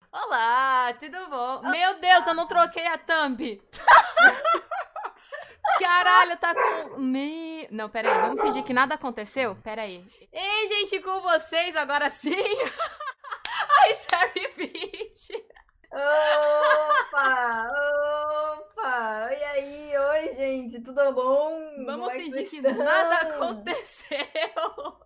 Olá, tudo bom? Meu Deus, eu não troquei a thumb. Caralho, tá com... Não, peraí, vamos fingir que nada aconteceu? Peraí. Ei, gente, com vocês agora sim. Ai, sorry, bitch. Opa! Opa! E aí? Oi, gente, tudo bom? Como Vamos é que fingir vocês que estão? nada aconteceu.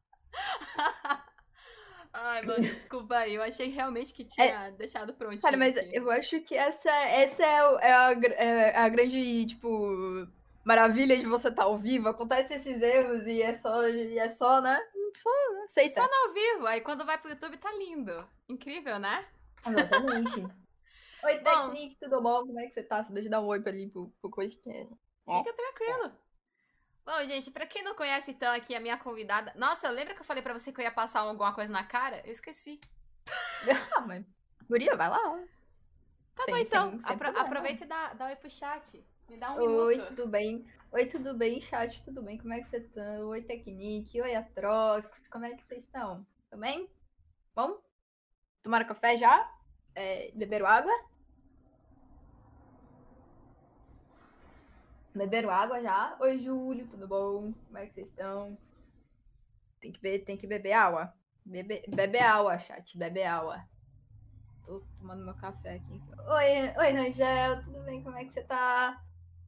Ai, mano, desculpa aí. Eu achei realmente que É, tinha deixado cara, prontinho mas aqui. eu acho que essa é a grande, tipo, maravilha de você estar ao vivo. Acontecem esses erros e é só, né? Só Só aceita. no ao vivo. Aí quando vai pro YouTube tá lindo. Incrível, né? Exatamente. Oi, Bom, Tecnic, tudo bom? Como é que você tá? Só deixa eu dar um oi pra ali pro coisa que é. Ó, fica ó. tranquilo. Bom, gente, pra quem não conhece, então, aqui a minha convidada... Nossa, lembra que eu falei pra você que eu ia passar alguma coisa na cara? Eu esqueci. Ah, mas. Guria, vai lá. Tá bom, então. Sem problema. Aproveita e dá oi pro chat. Me dá um Oi, minuto. tudo bem? Oi, tudo bem, chat? Tudo bem? Como é que você tá? Oi, Tecnic. Oi, Atrox. Como é que vocês estão? Tudo bem? Bom? Tomaram café já? Beberam água? Beberam água já? Oi, Júlio, tudo bom? Como é que vocês estão? Tem que beber água. Bebe água, chat. Bebe água. Tô tomando meu café aqui. Oi, Rangel, tudo bem? Como é que você tá?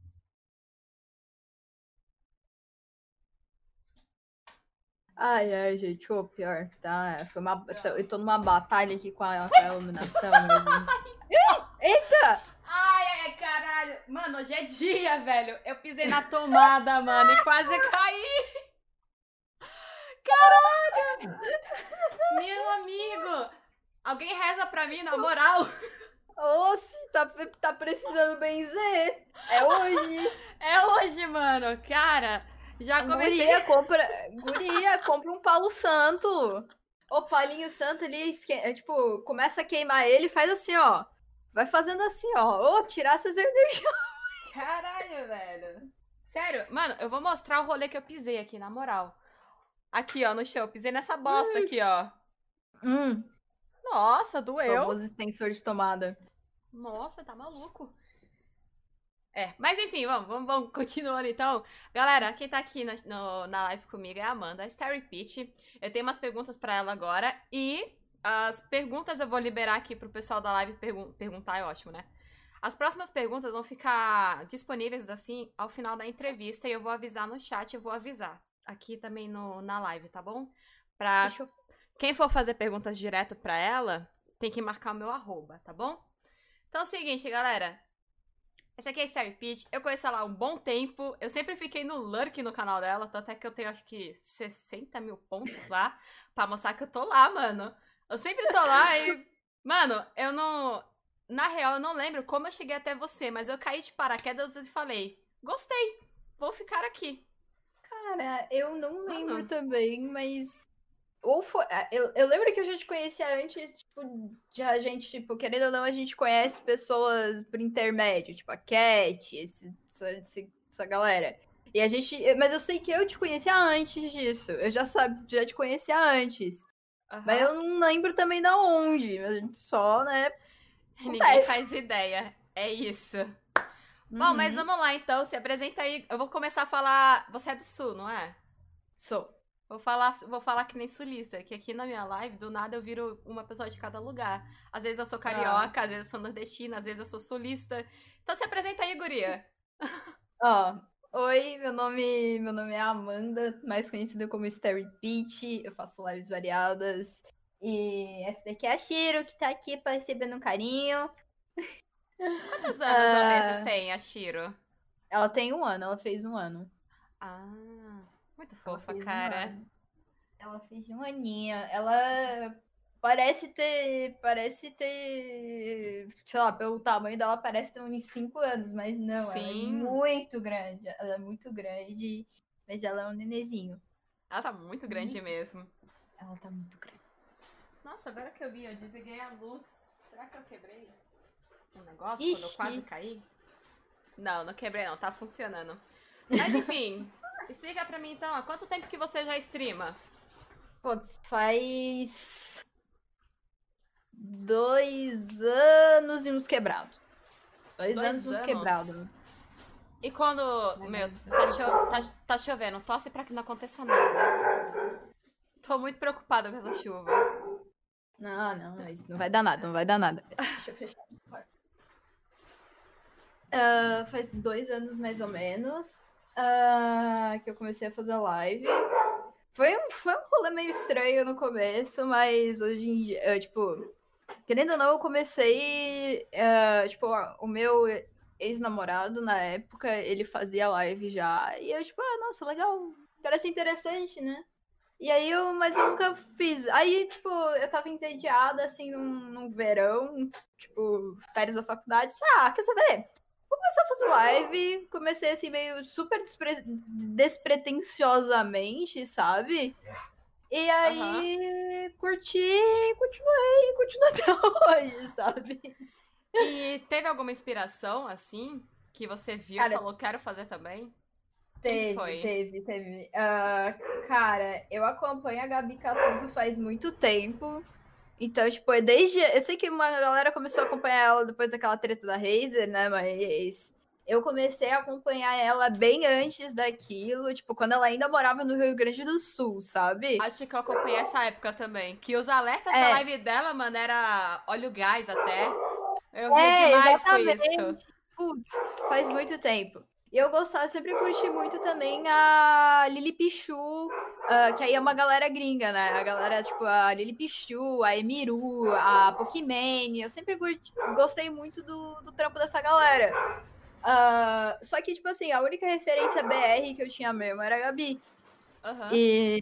Ai, gente, o pior, tá? Eu tô numa batalha aqui com a iluminação mesmo. Eita! Ai, caralho. Mano, hoje é dia, velho. Eu pisei na tomada, mano, e quase caí. Caralho! Meu amigo! Alguém reza pra mim, na moral. Oxe, tá precisando benzer. É hoje. É hoje, mano. Cara, já comecei... Guria, compra um Paulo Santo. O Paulinho Santo ali, tipo, começa a queimar ele e faz assim, ó. Vai fazendo assim, ó. Ô, tirar essas energias. Caralho, velho. Sério, mano, eu vou mostrar o rolê que eu pisei aqui, na moral. Aqui, ó, no chão. Eu pisei nessa bosta aqui, ó. Hum, Nossa, doeu. famoso extensor de tomada. Nossa, tá maluco. Mas enfim, vamos continuando então. Galera, quem tá aqui na live comigo é a Amanda, a Starry Peach. Eu tenho umas perguntas pra ela agora e as perguntas eu vou liberar aqui pro pessoal da live perguntar, é ótimo, né? As próximas perguntas vão ficar disponíveis assim ao final da entrevista e eu vou avisar no chat, eu vou avisar aqui também na live, tá bom? Pra Deixa eu... quem for fazer perguntas direto pra ela, tem que marcar o meu arroba, tá bom? Então é o seguinte, galera. Essa aqui é a Starry Peach. Eu conheço ela há um bom tempo. Eu sempre fiquei no lurk no canal dela. Tanto é que eu tenho, acho que, 60 mil pontos lá. Pra mostrar que eu tô lá, mano. Eu sempre tô lá e... Mano, eu não... Na real, eu não lembro como eu cheguei até você. Mas eu caí de paraquedas e falei... Gostei. Vou ficar aqui. Cara, eu não lembro Mano, também, mas. Ou foi. Eu lembro que a gente conhecia antes, tipo, de a gente, tipo, querendo ou não, a gente conhece pessoas por intermédio, tipo a Cat, essa galera. E a gente. Mas eu sei que eu te conhecia antes disso. Eu já te conhecia antes. Mas aham. eu não lembro também da onde. A gente só, né? Ninguém Acontece. faz ideia. É isso. Bom, mas Uhum. vamos lá então. Se apresenta aí. Eu vou começar a falar... Você é do Sul, não é? Sou. Vou falar que nem sulista, que aqui na minha live, do nada eu viro uma pessoa de cada lugar. Às vezes eu sou Ah. carioca, às vezes eu sou nordestina, às vezes eu sou sulista. Então se apresenta aí, guria. Ó, oi, meu nome é Amanda, mais conhecida como Starry Peach. Eu faço lives variadas. E essa daqui é a Shiro, que tá aqui pra receber um carinho. Quantos anos ou meses Ah, tem a Shiro? ela tem 1 ano, ela fez 1 ano. Ah, muito Ela fofa, fez um cara. ano. Ela fez 1 aninho. Ela parece ter, sei lá, pelo tamanho dela, parece ter uns 5 anos, mas não, ela é Sim, muito grande. Ela é muito grande, mas ela é um nenezinho. ela tá muito grande Muito. mesmo. Ela tá muito grande. Nossa, agora que eu vi, eu desliguei a luz. Será que eu quebrei um negócio quando eu Ixi, quase caí? Não, não quebrei não, tá funcionando. Mas enfim, explica pra mim então, há quanto tempo que você já streama? putz, faz 2 anos e uns quebrados. 2 anos e uns anos? quebrados. E quando, meu, tá chovendo, torce pra que não aconteça nada. Tô muito preocupada com essa chuva. Não, isso não vai dar nada, não vai dar nada. Deixa eu fechar. Faz 2 anos mais ou menos que eu comecei a fazer live. Foi um rolê meio estranho no começo, mas hoje em dia, tipo, querendo ou não, eu comecei, tipo, o meu ex-namorado na época, ele fazia live já, e eu, tipo, nossa, legal, parece interessante, né? E aí mas eu nunca fiz. Aí, tipo, eu tava entediada, assim, num verão, tipo, férias da faculdade. Quer saber? Vou começar a fazer live. Comecei, assim, meio super despretensiosamente, sabe? E aí, curti, continuei, continuo até hoje, sabe? E teve alguma inspiração, assim, que você viu e falou, quero fazer também? Quem foi? Teve. Cara, eu acompanho a Gabi Catuso faz muito tempo. Então, tipo, eu sei que uma galera começou a acompanhar ela depois daquela treta da Razer, né? Mas eu comecei a acompanhar ela bem antes daquilo, tipo, quando ela ainda morava no Rio Grande do Sul, sabe? Acho que eu acompanhei essa época também. Que os alertas da live dela, mano, era óleo gás até. Eu ria demais com isso. Putz, faz muito tempo. E eu gostava, sempre curti muito também a Lili Pichu, que aí é uma galera gringa, né? A galera, tipo, a Lili Pichu, a Emiru, a Pokimane. Eu sempre gostei muito do trampo dessa galera. Só que, tipo assim, a única referência BR que eu tinha mesmo era a Gabi. E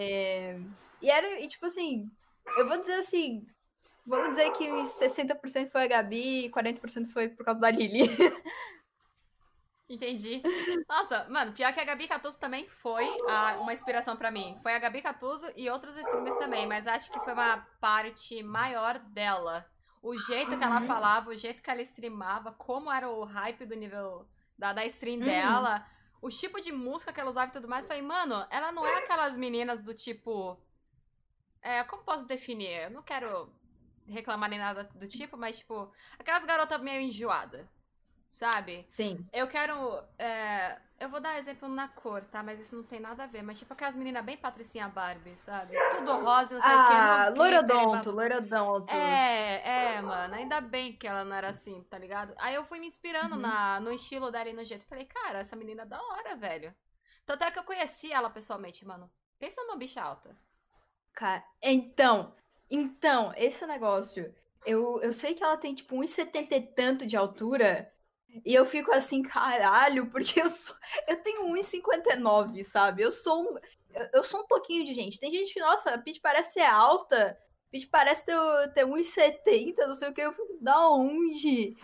tipo assim, eu vou dizer assim, vamos dizer que 60% foi a Gabi e 40% foi por causa da Lili. Entendi. Nossa, mano, pior que a Gabi Catuso também foi uma inspiração pra mim. Foi a Gabi Catuso e outros streamers também, mas acho que foi uma parte maior dela. O jeito que ela falava, o jeito que ela streamava, como era o hype do nível da stream dela, o tipo de música que ela usava e tudo mais. Falei, mano, ela não é aquelas meninas do tipo. Como posso definir? Eu não quero reclamar nem nada do tipo, mas tipo, aquelas garotas meio enjoadas. Sabe? Sim. Eu quero. Eu vou dar exemplo na cor, tá? Mas isso não tem nada a ver. Mas tipo aquelas meninas bem patricinha Barbie, sabe? Tudo rosa, não sei o que. Loirodonto. Mano. Ainda bem que ela não era assim, tá ligado? Aí eu fui me inspirando no estilo dela e no jeito. Falei, cara, essa menina é da hora, velho. Tanto é que eu conheci ela pessoalmente, mano. Pensa numa bicha alta. Cara, então, esse é o negócio. Eu sei que ela tem, tipo, 1,70 e tanto de altura. E eu fico assim, caralho, porque eu tenho 1,59, sabe? Eu sou um toquinho de gente. Tem gente que, nossa, a Pete parece ser alta. A Pete parece ter 1,70, não sei o que. Eu fico, da onde?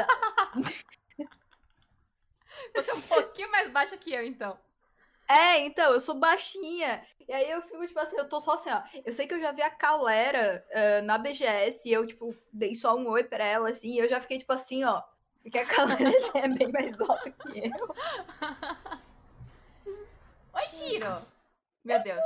Você é um pouquinho mais baixa que eu, então. Então, eu sou baixinha. E aí eu fico, tipo assim, eu tô só assim, ó. Eu sei que eu já vi a Calera na BGS e eu, tipo, dei só um oi pra ela, assim, e eu já fiquei, tipo assim, ó. Porque a Calera já é bem mais alta que eu. Oi, Shiro! Meu Deus.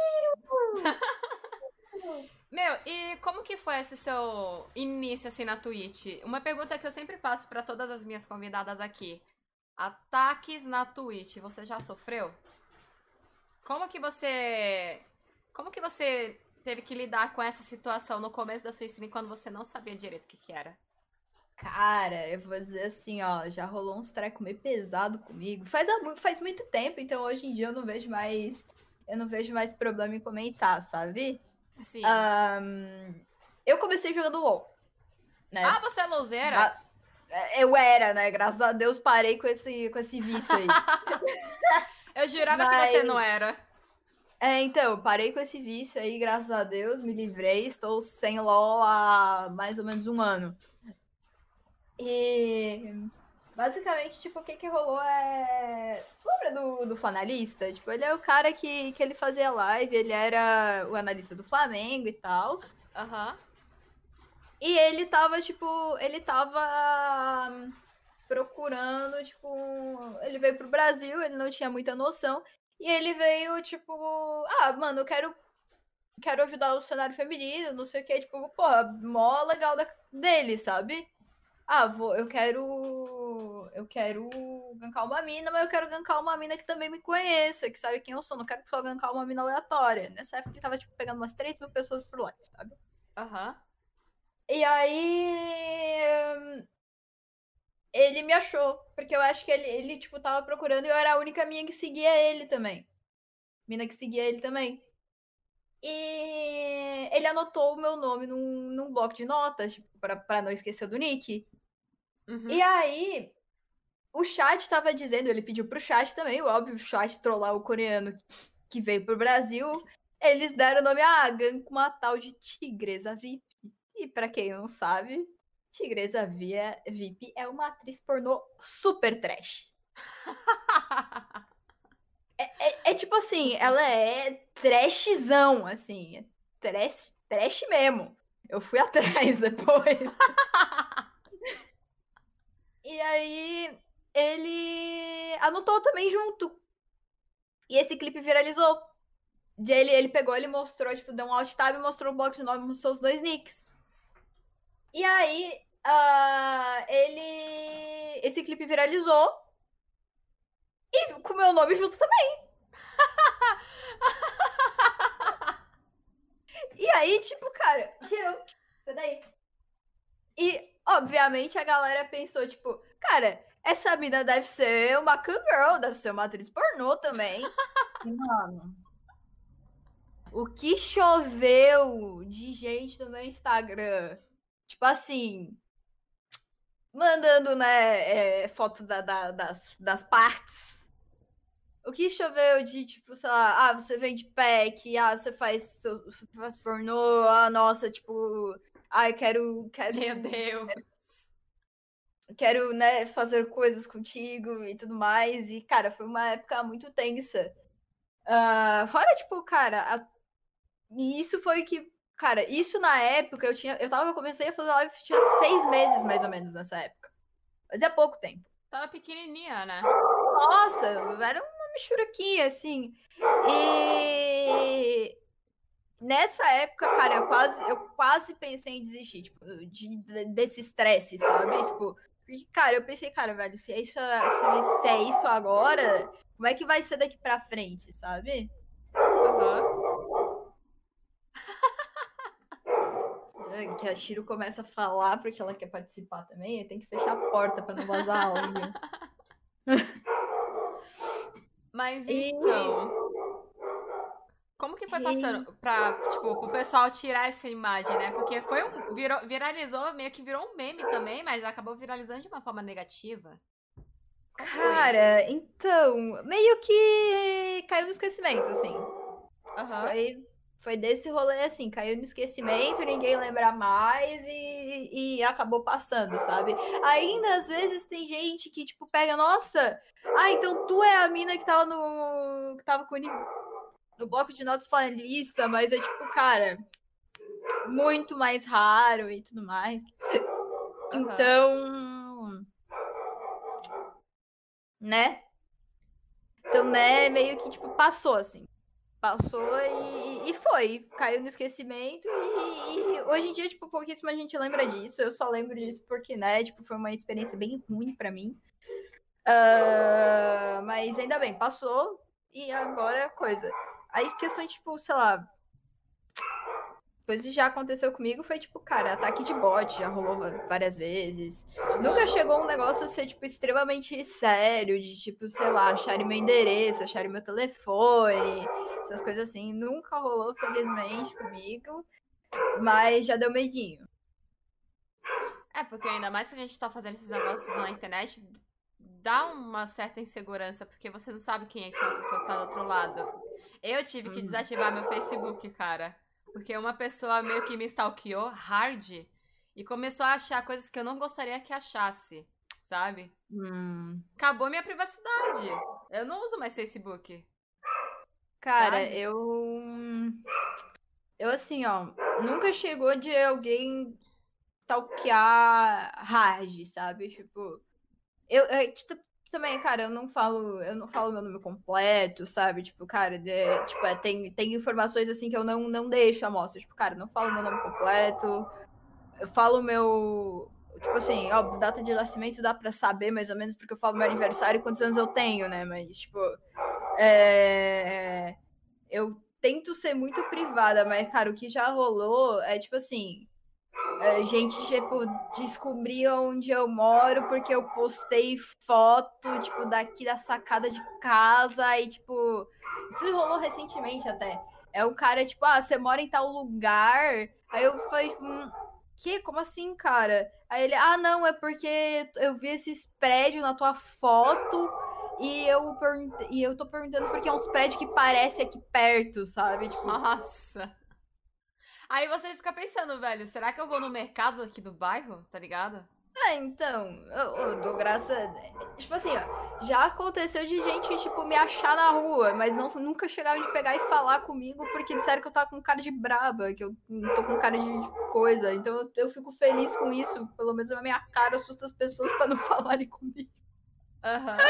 Meu, e como que foi esse seu início, assim, na Twitch? Uma pergunta que eu sempre faço pra todas as minhas convidadas aqui. Ataques na Twitch, você já sofreu? Como que você teve que lidar com essa situação no começo da sua stream quando você não sabia direito o que era? Cara, eu vou dizer assim, ó, já rolou uns trecos meio pesado comigo. Faz muito tempo, então hoje em dia eu não vejo mais problema em comentar, sabe? Sim. Eu comecei jogando LOL, né? Ah, você é louzeira? Eu era, né? Graças a Deus parei com esse vício aí. Eu jurava que você não era. Então, eu parei com esse vício aí, graças a Deus, me livrei, estou sem LOL há mais ou menos um ano. E basicamente, tipo, o que rolou Tu lembra do Flanalista? Tipo, ele é o cara que ele fazia live, ele era o analista do Flamengo e tal. Aham. E ele tava procurando, tipo, ele veio pro Brasil, ele não tinha muita noção, e ele veio, tipo, mano, eu quero quero ajudar o cenário feminino, não sei o que, tipo, porra, mó legal dele, sabe? Eu quero gankar uma mina, mas eu quero gankar uma mina que também me conheça, que sabe quem eu sou, não quero só gankar uma mina aleatória. Nessa época ele tava, tipo, pegando umas 3.000 pessoas por live, sabe? Aham. E aí ele me achou, porque eu acho que ele tipo, tava procurando e eu era a única minha que seguia ele também. Mina que seguia ele também. E ele anotou o meu nome num bloco de notas, tipo, pra não esquecer do nick. Uhum. E aí, o chat tava dizendo, ele pediu pro chat também, óbvio, o chat trollar o coreano que veio pro Brasil. Eles deram o nome a Agan com uma tal de Tigresa VIP. E pra quem não sabe, Tigresa VIP é uma atriz pornô super trash. É tipo assim, ela é trashzão, assim. É trash mesmo. Eu fui atrás depois. E aí, ele anotou também junto. E esse clipe viralizou. E ele pegou, ele mostrou, tipo, deu um alt tab e mostrou o bloco de nome, mostrou os 2 nicks. E aí, esse clipe viralizou. E com o meu nome junto também. E aí, tipo, cara, girou. Isso daí. E, obviamente, a galera pensou, tipo, cara, essa mina deve ser uma girl, deve ser uma atriz pornô também. Mano, o que choveu de gente no meu Instagram? Tipo assim, mandando, né, foto das partes. O que choveu de, tipo, sei lá, você vende pack, você faz pornô, nossa, tipo, quero. Meu Deus. Quero, né, fazer coisas contigo e tudo mais. E, cara, foi uma época muito tensa. Fora, tipo, cara, e isso foi que. Cara, isso na época eu comecei a fazer live, tinha 6 meses mais ou menos nessa época. Fazia pouco tempo. Tava pequenininha, né? Nossa, era uma michuruquinha, assim. E nessa época, cara, eu quase pensei em desistir, tipo, desse estresse, sabe? Tipo, porque, cara, eu pensei, cara, velho, se é isso agora, como é que vai ser daqui pra frente, sabe? Aham. Que a Shiro começa a falar porque ela quer participar também, tem que fechar a porta pra não vazar áudio. Mas E, então, como que foi passando pra, tipo, pro pessoal tirar essa imagem, né? Porque viralizou, meio que virou um meme também, mas acabou viralizando de uma forma negativa. Como foi cara, isso? então, meio que caiu no esquecimento, assim. Aham. Foi desse rolê assim, caiu no esquecimento, ninguém lembra mais e acabou passando, sabe? Ainda às vezes tem gente que, tipo, pega, nossa, então tu é a mina que tava comigo no bloco de notas finalista, mas é tipo, cara, muito mais raro e tudo mais. Aham. Então, né? Então, né, meio que, tipo, passou, assim. Passou e foi. Caiu no esquecimento e hoje em dia, tipo, pouquíssima gente lembra disso. Eu só lembro disso porque, né, tipo, foi uma experiência bem ruim pra mim. Mas ainda bem, passou e agora é coisa. Aí, questão de, tipo, sei lá, coisa que já aconteceu comigo foi, tipo, cara, ataque de bot, já rolou várias vezes. Nunca Aham. chegou um negócio ser, tipo, extremamente sério, de, tipo, sei lá, acharem meu endereço, acharem meu telefone, essas coisas assim. Nunca rolou, felizmente, comigo, mas já deu medinho. É, porque ainda mais que a gente tá fazendo esses negócios na internet, dá uma certa insegurança, porque você não sabe quem é que são as pessoas que estão do outro lado. Eu tive que desativar meu Facebook, cara. Porque uma pessoa meio que me stalkeou hard e começou a achar coisas que eu não gostaria que achasse, sabe? Hum. Acabou minha privacidade. Eu não uso mais Facebook, Cara, sabe? eu assim, ó, nunca chegou de alguém stalkear hard, sabe? Tipo, tipo, também, cara, eu não falo meu nome completo, sabe? Tipo, cara, tem informações assim que eu não deixo à mostra. Tipo, cara, não falo meu nome completo. Eu falo meu. Tipo assim, óbvio, data de nascimento dá pra saber mais ou menos, porque eu falo meu aniversário e quantos anos eu tenho, né? Mas, tipo, eu tento ser muito privada, mas, cara, o que já rolou é, tipo assim, a gente, tipo, descobrir onde eu moro porque eu postei foto, tipo, daqui da sacada de casa e, tipo, isso rolou recentemente até. É o cara, tipo, você mora em tal lugar? Aí eu falei, que? Como assim, cara? Aí ele, não, é porque eu vi esses prédios na tua foto e eu tô perguntando porque é uns prédios que parecem aqui perto, sabe? Tipo, Nossa. Aí você fica pensando, velho, será que eu vou no mercado aqui do bairro, tá ligado? então, eu dou graça. Tipo assim, ó, já aconteceu de gente, tipo, me achar na rua, mas nunca chegaram de pegar e falar comigo porque disseram que eu tava com cara de braba, que eu tô com cara de coisa. Então eu fico feliz com isso. Pelo menos a minha cara assusta as pessoas pra não falarem comigo. Aham.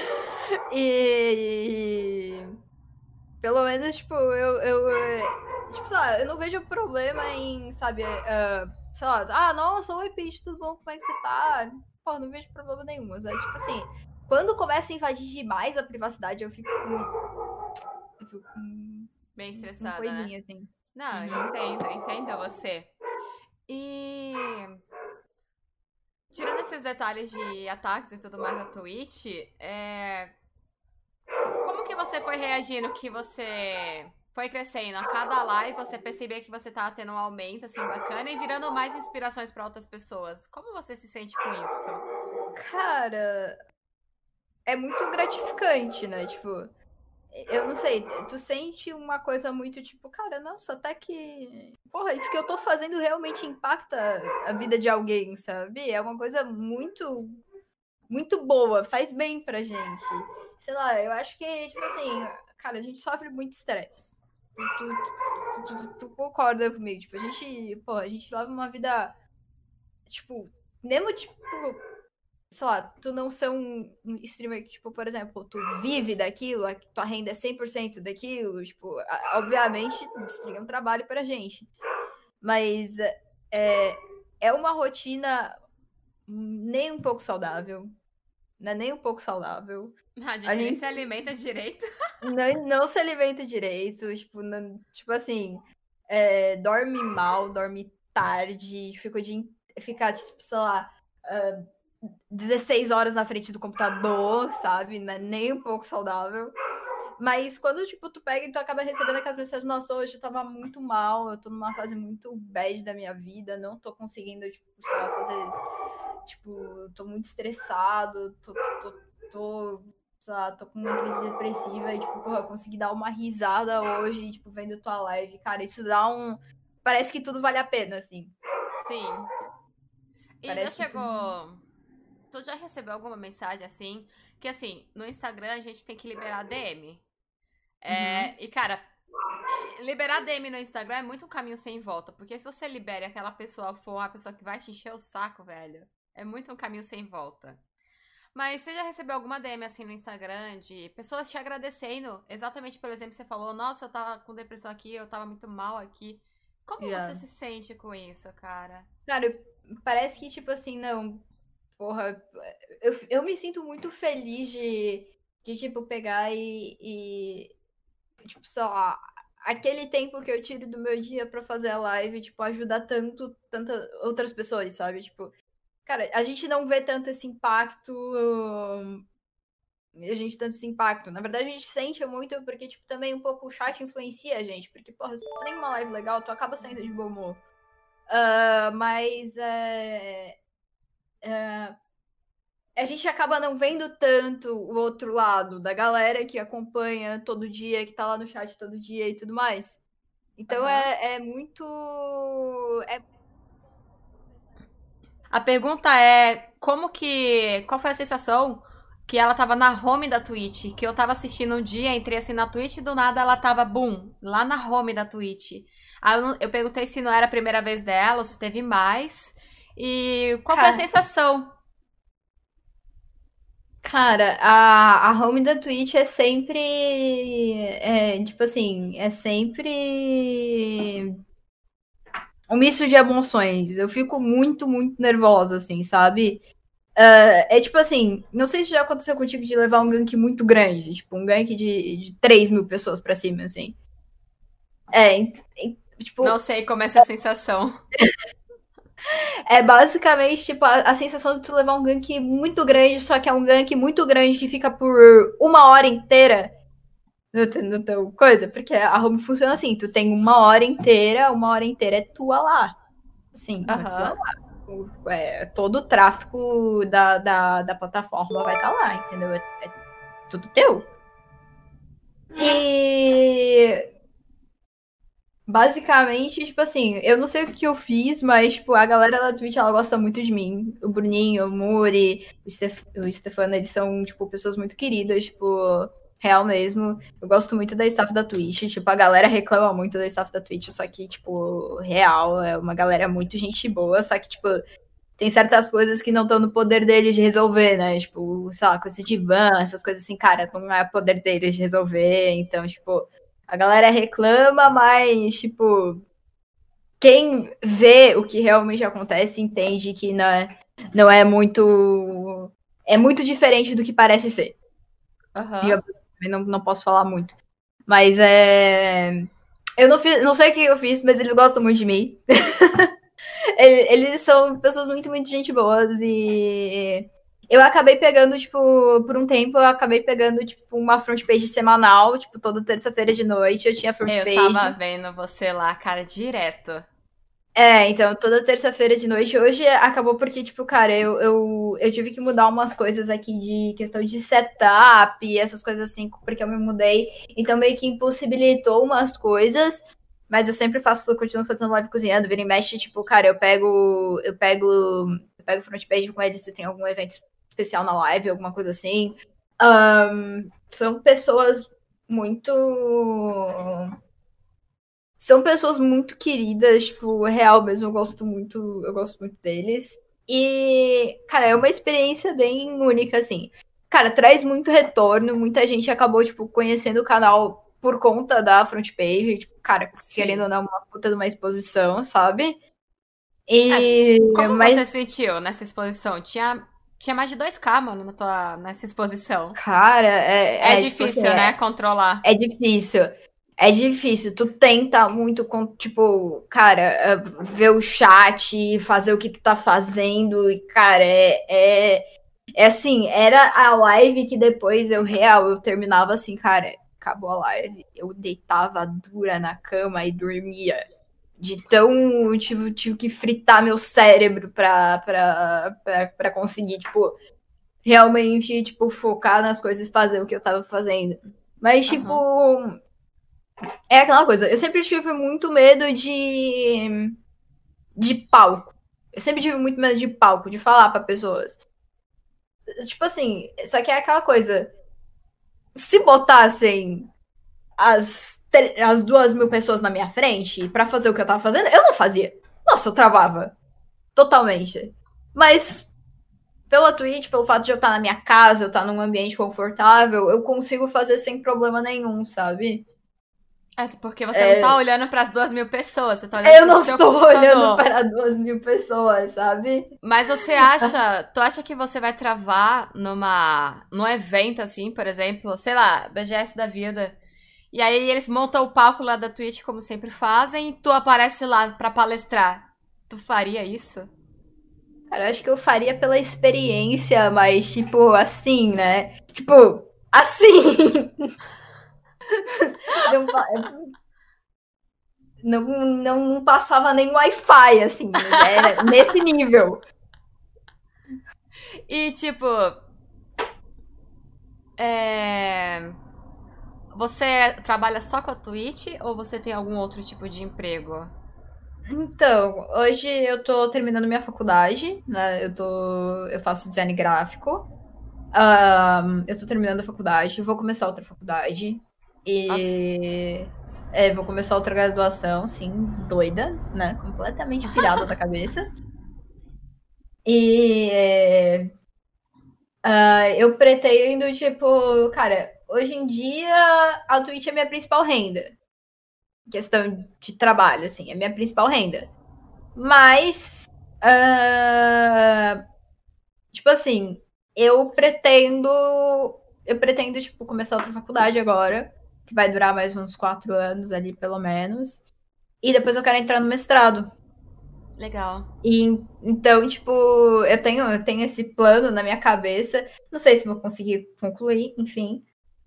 E. Pelo menos, tipo, tipo, sei lá, eu não vejo problema em, sabe, sei lá, nossa, oi, Peach, tudo bom? Como é que você tá? Pô, não vejo problema nenhum. Mas tipo assim, quando começa a invadir demais a privacidade, eu fico com Bem com estressada, né? coisinha, assim. Não, eu Uhum. entendo você. E tirando esses detalhes de ataques e tudo mais na Twitch, como que você foi reagindo que você foi crescendo? A cada live você percebia que você tava tendo um aumento, assim, bacana e virando mais inspirações pra outras pessoas. Como você se sente com isso? Cara, é muito gratificante, né? Tipo, eu não sei, tu sente uma coisa muito tipo, cara, nossa, até que. Porra, isso que eu tô fazendo realmente impacta a vida de alguém, sabe? É uma coisa muito, muito boa, faz bem pra gente. Sei lá, eu acho que, tipo assim, cara, a gente sofre muito estresse. Tu concorda comigo? Tipo, a gente leva uma vida, tipo, mesmo, tipo, sei lá, tu não ser um streamer que, tipo, por exemplo, tu vive daquilo, tua renda é 100% daquilo, tipo, obviamente, stream é um trabalho pra gente. Mas é uma rotina nem um pouco saudável, não é nem um pouco saudável. A A gente nem gente se alimenta direito. não se alimenta direito, tipo, tipo assim, dorme mal, dorme tarde, fica, tipo, sei lá, 16 horas na frente do computador, sabe? Não é nem um pouco saudável. Mas quando, tipo, tu pega e tu acaba recebendo aquelas mensagens, nossa, hoje eu tava muito mal, eu tô numa fase muito bad da minha vida, não tô conseguindo, tipo, sei lá, fazer. Tipo, tô muito estressado, sei lá, tô com uma crise depressiva e, tipo, porra, eu consegui dar uma risada hoje, tipo, vendo tua live. Cara, isso dá um. Parece que tudo vale a pena, assim. Sim. E já Parece que tudo. chegou. Tu já recebeu alguma mensagem assim? Que assim, no Instagram a gente tem que liberar DM. Uhum. E cara, liberar DM no Instagram é muito um caminho sem volta. Porque se você libera e aquela pessoa for uma pessoa que vai te encher o saco, velho, é muito um caminho sem volta. Mas você já recebeu alguma DM assim no Instagram de pessoas te agradecendo exatamente pelo exemplo que você falou? Nossa, eu tava com depressão aqui, eu tava muito mal aqui. Como você Já. se sente com isso, cara? Cara, parece que, tipo assim, não, porra, eu me sinto muito feliz de tipo, pegar tipo, sei lá, aquele tempo que eu tiro do meu dia pra fazer a live, tipo, ajudar tantas outras pessoas, sabe? Tipo, cara, a gente não vê tanto esse impacto, a gente tanto esse impacto. Na verdade, a gente sente muito porque, tipo, também um pouco o chat influencia a gente, porque, porra, se tu tem uma live legal, tu acaba saindo de bom humor. Mas a gente acaba não vendo tanto o outro lado da galera que acompanha todo dia, que tá lá no chat todo dia e tudo mais. Então Aham. é muito. A pergunta é, qual foi a sensação que ela tava na home da Twitch, que eu tava assistindo um dia, entrei assim na Twitch e do nada ela tava, boom, lá na home da Twitch. Aí eu perguntei se não era a primeira vez dela, ou se teve mais. E qual foi a sensação? Cara, a home da Twitch é sempre. Tipo assim, é sempre um misto de emoções. Eu fico muito, muito nervosa, assim, sabe? É tipo assim, não sei se já aconteceu contigo de levar um gank muito grande, tipo, um gank de 3 mil pessoas pra cima, assim. Tipo, Não sei como é essa sensação. é basicamente, tipo, a sensação de tu levar um gank muito grande, só que é um gank muito grande que fica por 1 hora inteira no teu coisa, porque a home funciona assim, tu tem 1 hora inteira é tua lá. Assim, é tua Aham. lá. Todo o tráfego da plataforma vai estar lá, entendeu? É tudo teu. E basicamente, tipo assim, eu não sei o que eu fiz, mas, tipo, a galera da Twitch, ela gosta muito de mim. O Bruninho, o Muri, o Stefano, eles são, tipo, pessoas muito queridas, tipo, real mesmo. Eu gosto muito da staff da Twitch, tipo, a galera reclama muito da staff da Twitch, só que, tipo, real, é uma galera muito gente boa, só que, tipo, tem certas coisas que não estão no poder deles de resolver, né? Tipo, sei lá, coisa de ban, essas coisas assim, cara, não é poder deles de resolver. Então, tipo, a galera reclama, mas, tipo, quem vê o que realmente acontece entende que não é muito. É muito diferente do que parece ser. Aham. Eu também não posso falar muito. Mas é. Eu não sei o que eu fiz, mas eles gostam muito de mim. Eles são pessoas muito, muito gente boas e eu acabei pegando, tipo, por um tempo eu acabei pegando, tipo, uma front page semanal, tipo, toda terça-feira de noite eu tinha front Eu tava page. vendo você lá, cara, direto. Então, toda terça-feira de noite. Hoje acabou porque, tipo, cara, eu tive que mudar umas coisas aqui de questão de setup e essas coisas assim, porque eu me mudei. Então, meio que impossibilitou umas coisas. Mas eu sempre faço, eu continuo fazendo live cozinhando, vira e mexe, tipo, cara, eu pego front page com eles se tem algum evento especial na live, alguma coisa assim. São pessoas muito são pessoas muito queridas, tipo, real mesmo, eu gosto muito deles. E, cara, é uma experiência bem única, assim. Cara, traz muito retorno, muita gente acabou, tipo, conhecendo o canal por conta da front page, tipo, cara, querendo Sim. ou não, uma puta de uma exposição, sabe? É, E, como você se mas, sentiu nessa exposição? Tinha mais de 2K, mano, nessa exposição. cara, É tipo assim, difícil, né, controlar. é difícil. É difícil. Tu tenta muito, tipo, cara, ver o chat, fazer o que tu tá fazendo. E, cara, é assim, era a live que depois eu terminava assim, cara, acabou a live. Eu deitava dura na cama e dormia. De tão. Tive que fritar meu cérebro pra conseguir, tipo, realmente, tipo, focar nas coisas e fazer o que eu tava fazendo. Mas, tipo, Aham. é aquela coisa, eu sempre tive muito medo de palco. Eu sempre tive muito medo de palco, de falar pra pessoas. Tipo assim, só que é aquela coisa. Se botassem as 2 mil pessoas na minha frente pra fazer o que eu tava fazendo, eu não fazia. Nossa, eu travava. Totalmente. Mas pela Twitch, pelo fato de eu estar na minha casa, eu estar num ambiente confortável, eu consigo fazer sem problema nenhum, sabe? É porque você não tá olhando pras 2.000 pessoas, você tá olhando Eu pro não seu estou olhando computador. para 2 mil pessoas, sabe? Mas tu acha que você vai travar num evento assim, por exemplo, sei lá, BGS da vida, e aí eles montam o palco lá da Twitch como sempre fazem, e tu aparece lá pra palestrar. Tu faria isso? Cara, eu acho que eu faria pela experiência, mas, tipo, assim, né? Tipo, assim! Não, não passava nem Wi-Fi, assim. Era nesse nível. E tipo, é... você trabalha só com a Twitch ou você tem algum outro tipo de emprego? Então, hoje eu tô terminando minha faculdade, né? Eu faço design gráfico. Eu tô terminando a faculdade, vou começar outra faculdade. Nossa. E vou começar outra graduação, sim, doida, né? Completamente pirada da cabeça. E Eu pretendo, tipo, cara, hoje em dia a Twitch é minha principal renda. Questão de trabalho, assim, é minha principal renda. Mas, tipo assim, eu pretendo, tipo, começar outra faculdade agora, que vai durar mais uns 4 anos ali, pelo menos. E depois eu quero entrar no mestrado. Legal. E então, tipo, eu tenho esse plano na minha cabeça. Não sei se vou conseguir concluir, enfim.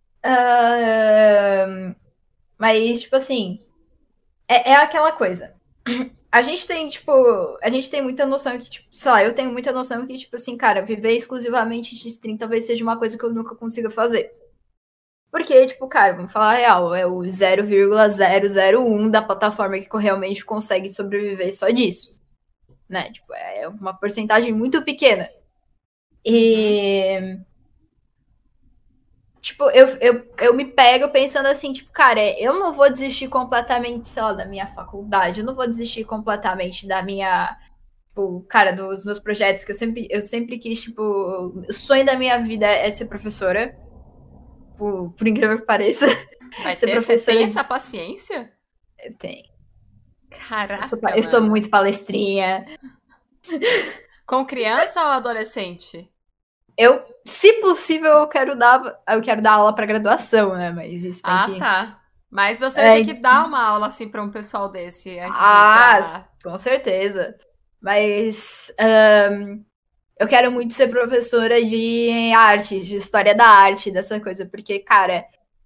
Mas, tipo assim, é aquela coisa. A gente tem, tipo, a gente tem muita noção que, tipo, sei lá, eu tenho muita noção que, tipo assim, cara, viver exclusivamente de stream talvez seja uma coisa que eu nunca consiga fazer. Porque, tipo, cara, vamos falar a real, é o 0,001 da plataforma que realmente consegue sobreviver só disso. Né? Tipo, é uma porcentagem muito pequena. E. Tipo, eu me pego pensando assim, tipo, cara, eu não vou desistir completamente, sei lá, da minha faculdade, eu não vou desistir completamente da minha. Tipo, cara, dos meus projetos, que eu sempre quis, tipo, o sonho da minha vida é ser professora. Por incrível que pareça. Vai Ser ter? Você tem professora. essa paciência? Eu tenho. Caraca, Eu sou mano. muito palestrinha. Com criança ou adolescente? Se possível, eu quero dar aula para graduação, né? Mas isso tem Ah, que. tá. Mas você vai ter que É, dar uma aula assim pra um pessoal desse antes de ir pra. com certeza. Mas eu quero muito ser professora de arte, de história da arte, dessa coisa, porque, cara,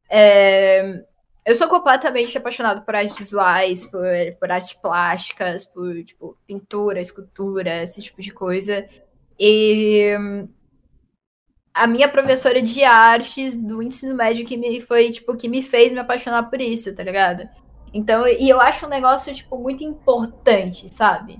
eu sou completamente apaixonada por artes visuais, por artes plásticas, por, tipo, pintura, escultura, esse tipo de coisa. E a minha professora de artes do ensino médio que me fez me apaixonar por isso, tá ligado? Então, e eu acho um negócio, tipo, muito importante, sabe?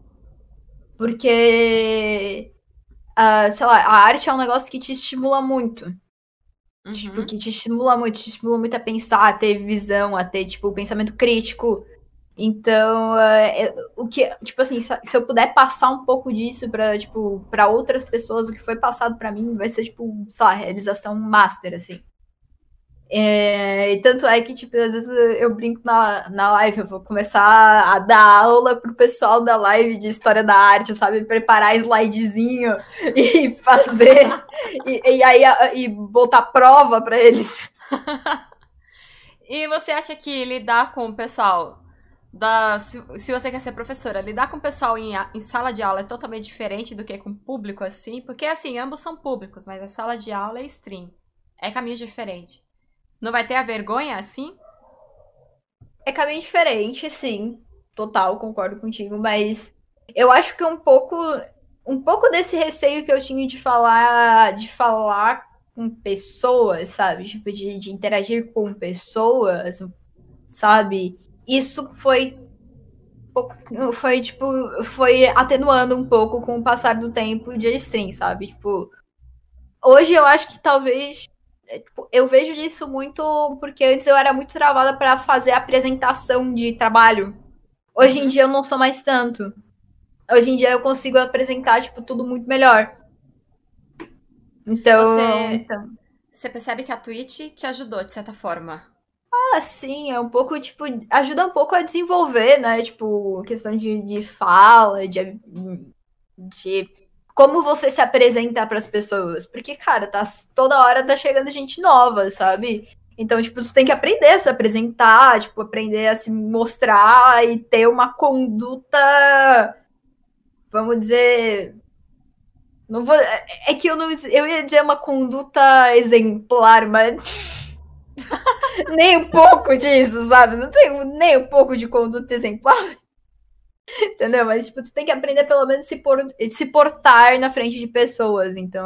Porque, sei lá, a arte é um negócio que te estimula muito. Tipo, Uhum. que te estimula muito a pensar, a ter visão, a ter, tipo, pensamento crítico. Então, o que, tipo assim, se eu puder passar um pouco disso para tipo, para outras pessoas, o que foi passado para mim vai ser, tipo, sei lá, realização master, assim. E tanto é que, tipo, às vezes eu brinco na live, eu vou começar a dar aula pro pessoal da live de história da arte, sabe? Preparar slidezinho e fazer, e aí e botar prova para eles. E você acha que lidar com o pessoal se você quer ser professora, lidar com o pessoal em sala de aula é totalmente diferente do que com público assim? Porque assim, ambos são públicos, mas a sala de aula é stream. É caminho diferente. Não vai ter a vergonha assim? É caminho diferente, sim. Total, concordo contigo, mas eu acho que um pouco desse receio que eu tinha de falar com pessoas, sabe? Tipo, de interagir com pessoas, sabe? Isso foi atenuando um pouco com o passar do tempo de stream, sabe? Tipo, hoje eu acho que talvez tipo, eu vejo isso muito porque antes eu era muito travada para fazer apresentação de trabalho. Hoje em Uhum. dia eu não sou mais tanto. Hoje em dia eu consigo apresentar tipo tudo muito melhor. Então, Você, você percebe que a Twitch te ajudou de certa forma. assim, é um pouco tipo ajuda um pouco a desenvolver, né? Tipo, questão de fala, de como você se apresenta para as pessoas. Porque, cara, toda hora tá chegando gente nova, sabe? Então, tipo, tu tem que aprender a se apresentar, tipo, aprender a se mostrar e ter uma conduta, vamos dizer. Não vou, é que eu ia dizer uma conduta exemplar, mas nem um pouco disso, sabe? Não tem nem um pouco de conduta exemplar. Entendeu? Mas, tipo, tu tem que aprender pelo menos se portar na frente de pessoas. Então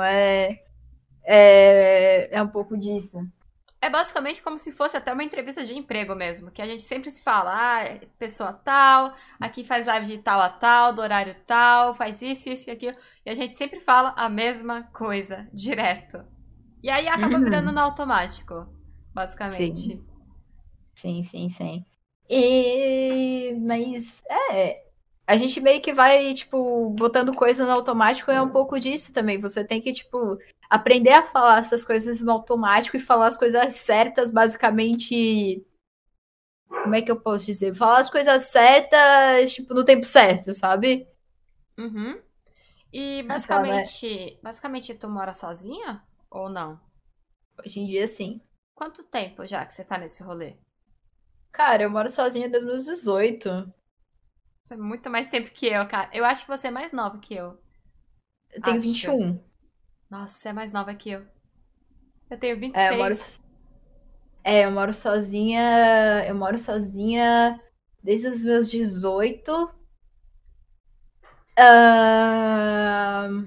é um pouco disso. É basicamente como se fosse até uma entrevista de emprego mesmo, que a gente sempre se fala, é pessoa tal, aqui faz live de tal a tal, do horário tal, faz isso, isso e aquilo, e a gente sempre fala a mesma coisa, direto. E aí acaba virando no Uhum. automático, Sim, basicamente. sim. Mas A gente meio que vai, tipo, botando coisas no automático e é um pouco disso também. Você tem que, tipo, aprender a falar essas coisas no automático e falar as coisas certas, basicamente. Como é que eu posso dizer? Falar as coisas certas, tipo, no tempo certo, sabe? Uhum. E Aquela, né? basicamente tu mora sozinha ou não? Hoje em dia, sim. Quanto tempo já que você tá nesse rolê? Cara, eu moro sozinha desde os meus 18. Você é muito mais tempo que eu, cara. Eu acho que você é mais nova que eu. Eu tenho Acho. 21. Nossa, você é mais nova que eu. Eu tenho É, eu moro, 26. eu moro sozinha. Eu moro sozinha desde os meus 18. Ahn,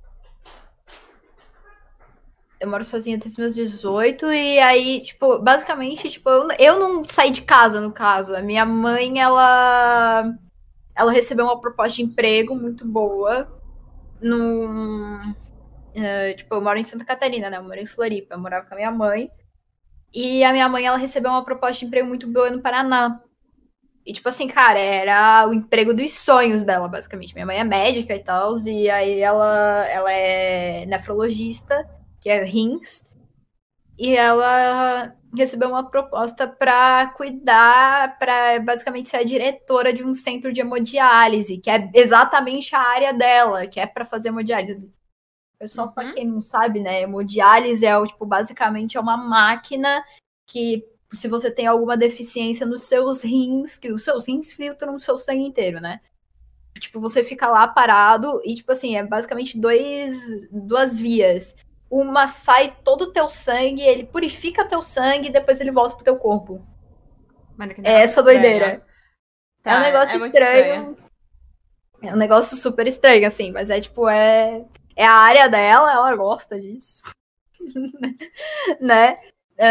Eu moro sozinha desde os meus 18 e aí, tipo, basicamente, tipo, eu não saí de casa, no caso. A minha mãe, ela recebeu uma proposta de emprego muito boa num, tipo, eu moro em Santa Catarina, né? Eu moro em Floripa, eu morava com a minha mãe. E a minha mãe, ela recebeu uma proposta de emprego muito boa no Paraná. E, tipo assim, cara, era o emprego dos sonhos dela, basicamente. Minha mãe é médica e tal, e aí ela é nefrologista, que é rins. E ela recebeu uma proposta para cuidar, para basicamente ser a diretora de um centro de hemodiálise, que é exatamente a área dela, que é para fazer hemodiálise. Pessoal, para Uhum. quem não sabe, né, hemodiálise é tipo basicamente é uma máquina que se você tem alguma deficiência nos seus rins, que os seus rins filtram o seu sangue inteiro, né? Tipo, você fica lá parado e, tipo assim, é basicamente duas vias. Uma sai todo o teu sangue, ele purifica teu sangue e depois ele volta pro teu corpo. Mano, que É negócio essa estranho. doideira. É um Tá, é negócio muito estranho. estranho. É um negócio super estranho, assim, mas é tipo, é a área dela, ela gosta disso, né?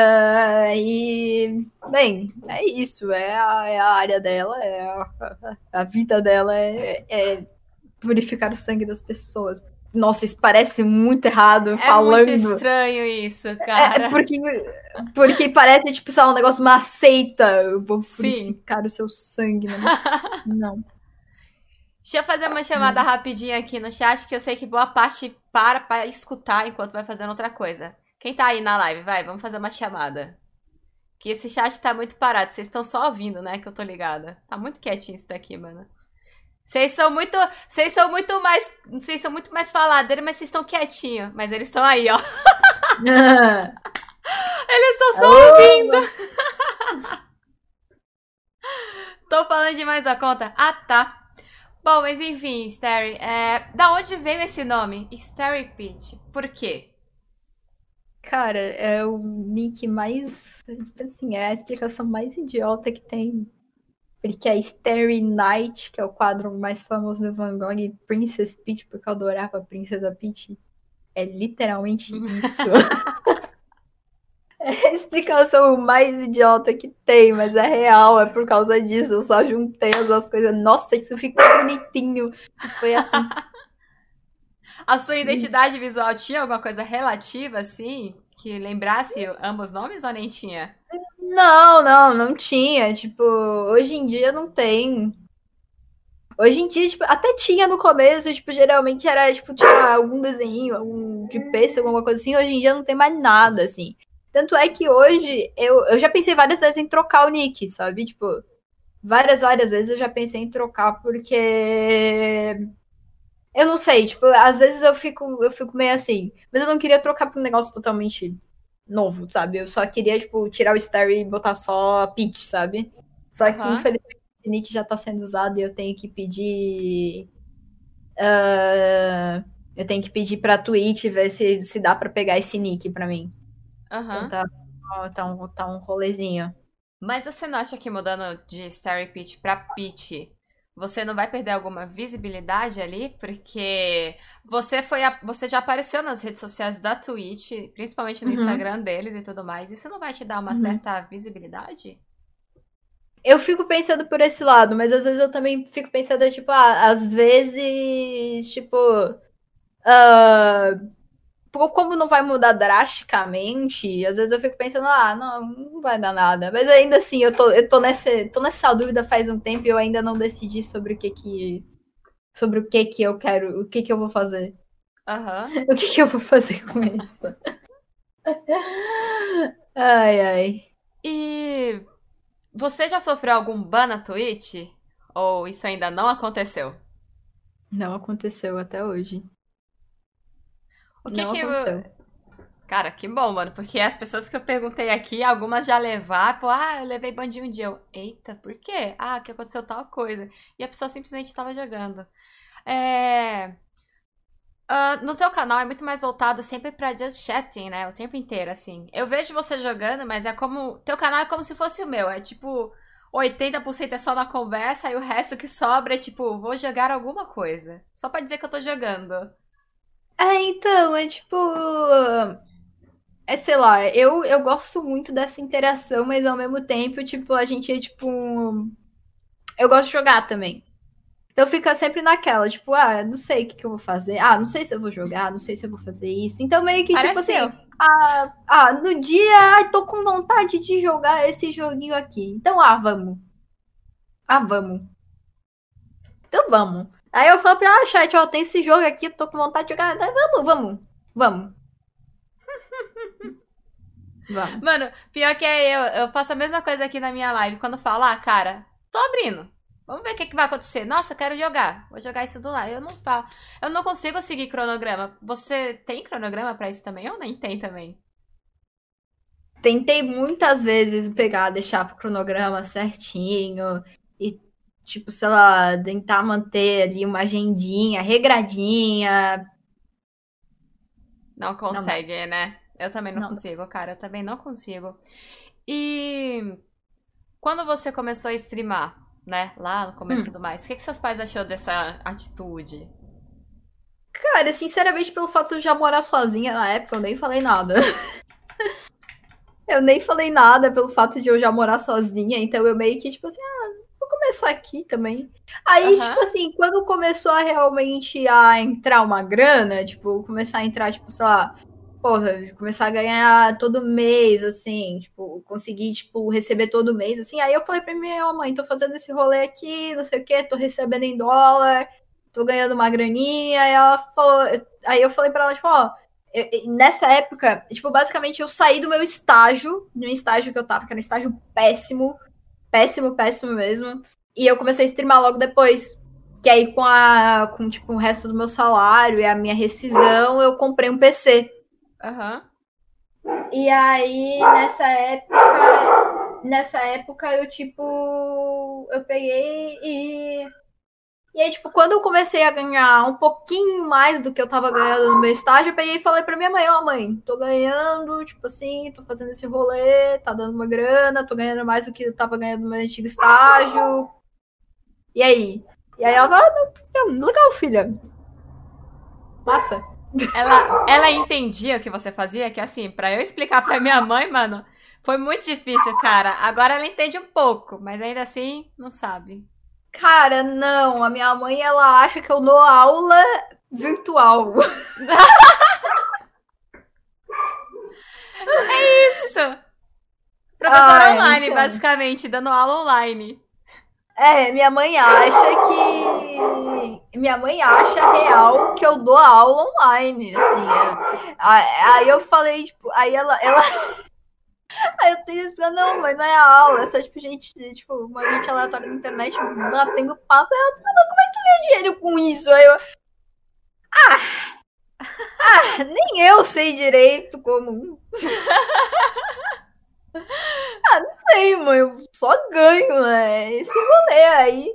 E, bem, é isso, é a área dela, a vida dela é purificar o sangue das pessoas. Nossa, isso parece muito errado É muito falando. estranho isso, É cara. porque parece, tipo, sei lá, um negócio, uma seita. Eu vou Sim. purificar o seu sangue, mano. Não, Deixa eu fazer uma chamada não. rapidinha aqui no chat, que eu sei que boa parte para pra escutar enquanto vai fazendo outra coisa. Quem tá aí na live, vai, vamos fazer uma chamada. Que esse chat tá muito parado, vocês estão só ouvindo, né, que eu tô ligada. Tá muito quietinho isso daqui, mano. Vocês são muito mais faladeiros, mas vocês estão quietinho. Mas eles estão aí, ó. Eles estão só ouvindo. Alô? Tô falando demais a conta. Ah, tá. Bom, mas enfim, Starry, da onde veio esse nome? Starry Pit. Por quê? Cara, é o nick mais. Assim, é a explicação mais idiota que tem. Porque é Starry Night, que é o quadro mais famoso do Van Gogh, e Princess Peach, porque eu adorava a Princesa Peach. É literalmente isso. É a explicação mais idiota que tem, mas é real, é por causa disso. Eu só juntei as duas coisas. Nossa, isso ficou bonitinho. E foi assim. A sua identidade visual tinha alguma coisa relativa, assim, que lembrasse ambos nomes ou nem tinha? Não tinha. Tipo, hoje em dia não tem. Hoje em dia, tipo, até tinha no começo, tipo, geralmente era, tipo, tinha algum desenho, algum de pêssego, alguma coisa assim. Hoje em dia não tem mais nada, assim. Tanto é que hoje eu já pensei várias vezes em trocar o nick, sabe? Tipo, várias vezes eu já pensei em trocar, porque eu não sei, tipo, às vezes eu fico meio assim. Mas eu não queria trocar pra um negócio totalmente novo, sabe? Eu só queria, tipo, tirar o Star e botar só Peach, sabe? Só que, Aham. infelizmente, esse nick já tá sendo usado e eu tenho que pedir. Eu tenho que pedir pra Twitch ver se dá pra pegar esse nick pra mim. Então Aham. tá um rolezinho. Mas você não acha que mudando de Starry Peach pra Peach, você não vai perder alguma visibilidade ali? Porque você já apareceu nas redes sociais da Twitch, principalmente no Uhum, Instagram deles e tudo mais. Isso não vai te dar uma uhum. certa visibilidade? Eu fico pensando por esse lado, mas às vezes eu também fico pensando, tipo, às vezes, tipo, tipo, como não vai mudar drasticamente, às vezes eu fico pensando, não vai dar nada. Mas ainda assim, eu tô nessa dúvida faz um tempo e eu ainda não decidi sobre o que eu quero, o que eu vou fazer. O que eu vou fazer com isso? Ai, ai. E você já sofreu algum ban na Twitch? Ou isso ainda não aconteceu? Não aconteceu até hoje. O que Não que... aconteceu. Cara, que bom, mano, porque as pessoas que eu perguntei aqui, algumas já levaram, eu levei bandinho um dia. Eu, eita, por quê? Ah, que aconteceu tal coisa. E a pessoa simplesmente tava jogando. No teu canal é muito mais voltado sempre pra just chatting, né? O tempo inteiro, assim. Eu vejo você jogando, mas é como... Teu canal é como se fosse o meu. É tipo, 80% é só na conversa e o resto que sobra é tipo, vou jogar alguma coisa. Só pra dizer que eu tô jogando. Então, é tipo. Sei lá, eu gosto muito dessa interação, mas ao mesmo tempo, tipo, a gente é tipo. Eu gosto de jogar também. Então fica sempre naquela, tipo, não sei o que eu vou fazer. Não sei se eu vou jogar, não sei se eu vou fazer isso. Então meio que, tipo Parece assim, eu. no dia, tô com vontade de jogar esse joguinho aqui. Então, vamos. Vamos. Então vamos. Aí eu falo pra chat, tem esse jogo aqui, tô com vontade de jogar. Vamos. Vamos. Mano, pior que é eu faço a mesma coisa aqui na minha live. Quando eu falo, cara, tô abrindo. Vamos ver o que vai acontecer. Nossa, eu quero jogar. Vou jogar isso do lado. Eu não falo. Eu não consigo seguir cronograma. Você tem cronograma pra isso também ou nem tem também? Tentei muitas vezes deixar pro cronograma certinho e, tipo, sei lá, tentar manter ali uma agendinha regradinha. Não consegue, né? Eu também não Não. consigo, cara. Eu também não consigo. E quando você começou a streamar, né? Lá no começo e tudo mais, o que seus pais achou dessa atitude? Cara, sinceramente, pelo fato de eu já morar sozinha na época, eu nem falei nada. Eu nem falei nada pelo fato de eu já morar sozinha, então eu meio que, tipo assim, vou começar aqui também. Aí, tipo assim, quando começou a realmente a entrar uma grana, tipo, começar a entrar, tipo, sei lá, começar a ganhar todo mês, assim, tipo, conseguir, tipo, receber todo mês, assim, aí eu falei pra minha mãe, tô fazendo esse rolê aqui, não sei o que, tô recebendo em dólar, tô ganhando uma graninha, aí ela falou, aí eu falei pra ela, tipo, nessa época, tipo, basicamente eu saí do meu estágio, no estágio que eu tava, que era um estágio péssimo, péssimo mesmo, e eu comecei a streamar logo depois. Que aí com tipo, o resto do meu salário e a minha rescisão, eu comprei um PC. E aí, nessa época eu, tipo, eu peguei e aí, tipo, quando eu comecei a ganhar um pouquinho mais do que eu tava ganhando no meu estágio, eu peguei e falei pra minha mãe, mãe, tô ganhando, tipo assim, tô fazendo esse rolê, tá dando uma grana, tô ganhando mais do que eu tava ganhando no meu antigo estágio. E aí? E aí ela falou, legal, filha. Massa. Ela entendia o que você fazia? Que assim, pra eu explicar pra minha mãe, mano, foi muito difícil, cara. Agora ela entende um pouco, mas ainda assim, não sabe. Cara, não. A minha mãe, ela acha que eu dou aula virtual. É isso! Professora online, então. basicamente, dando aula online. Minha mãe acha que. Minha mãe acha real que eu dou aula online, assim. Aí eu falei, tipo, aí ela. Aí eu tenho isso, não, mas não é aula, é só, tipo, uma gente aleatória na internet batendo papo. Ela, como é que tu ganha dinheiro com isso? Aí eu. Nem eu sei direito como. Não sei, mãe, eu só ganho, né? Esse rolê aí.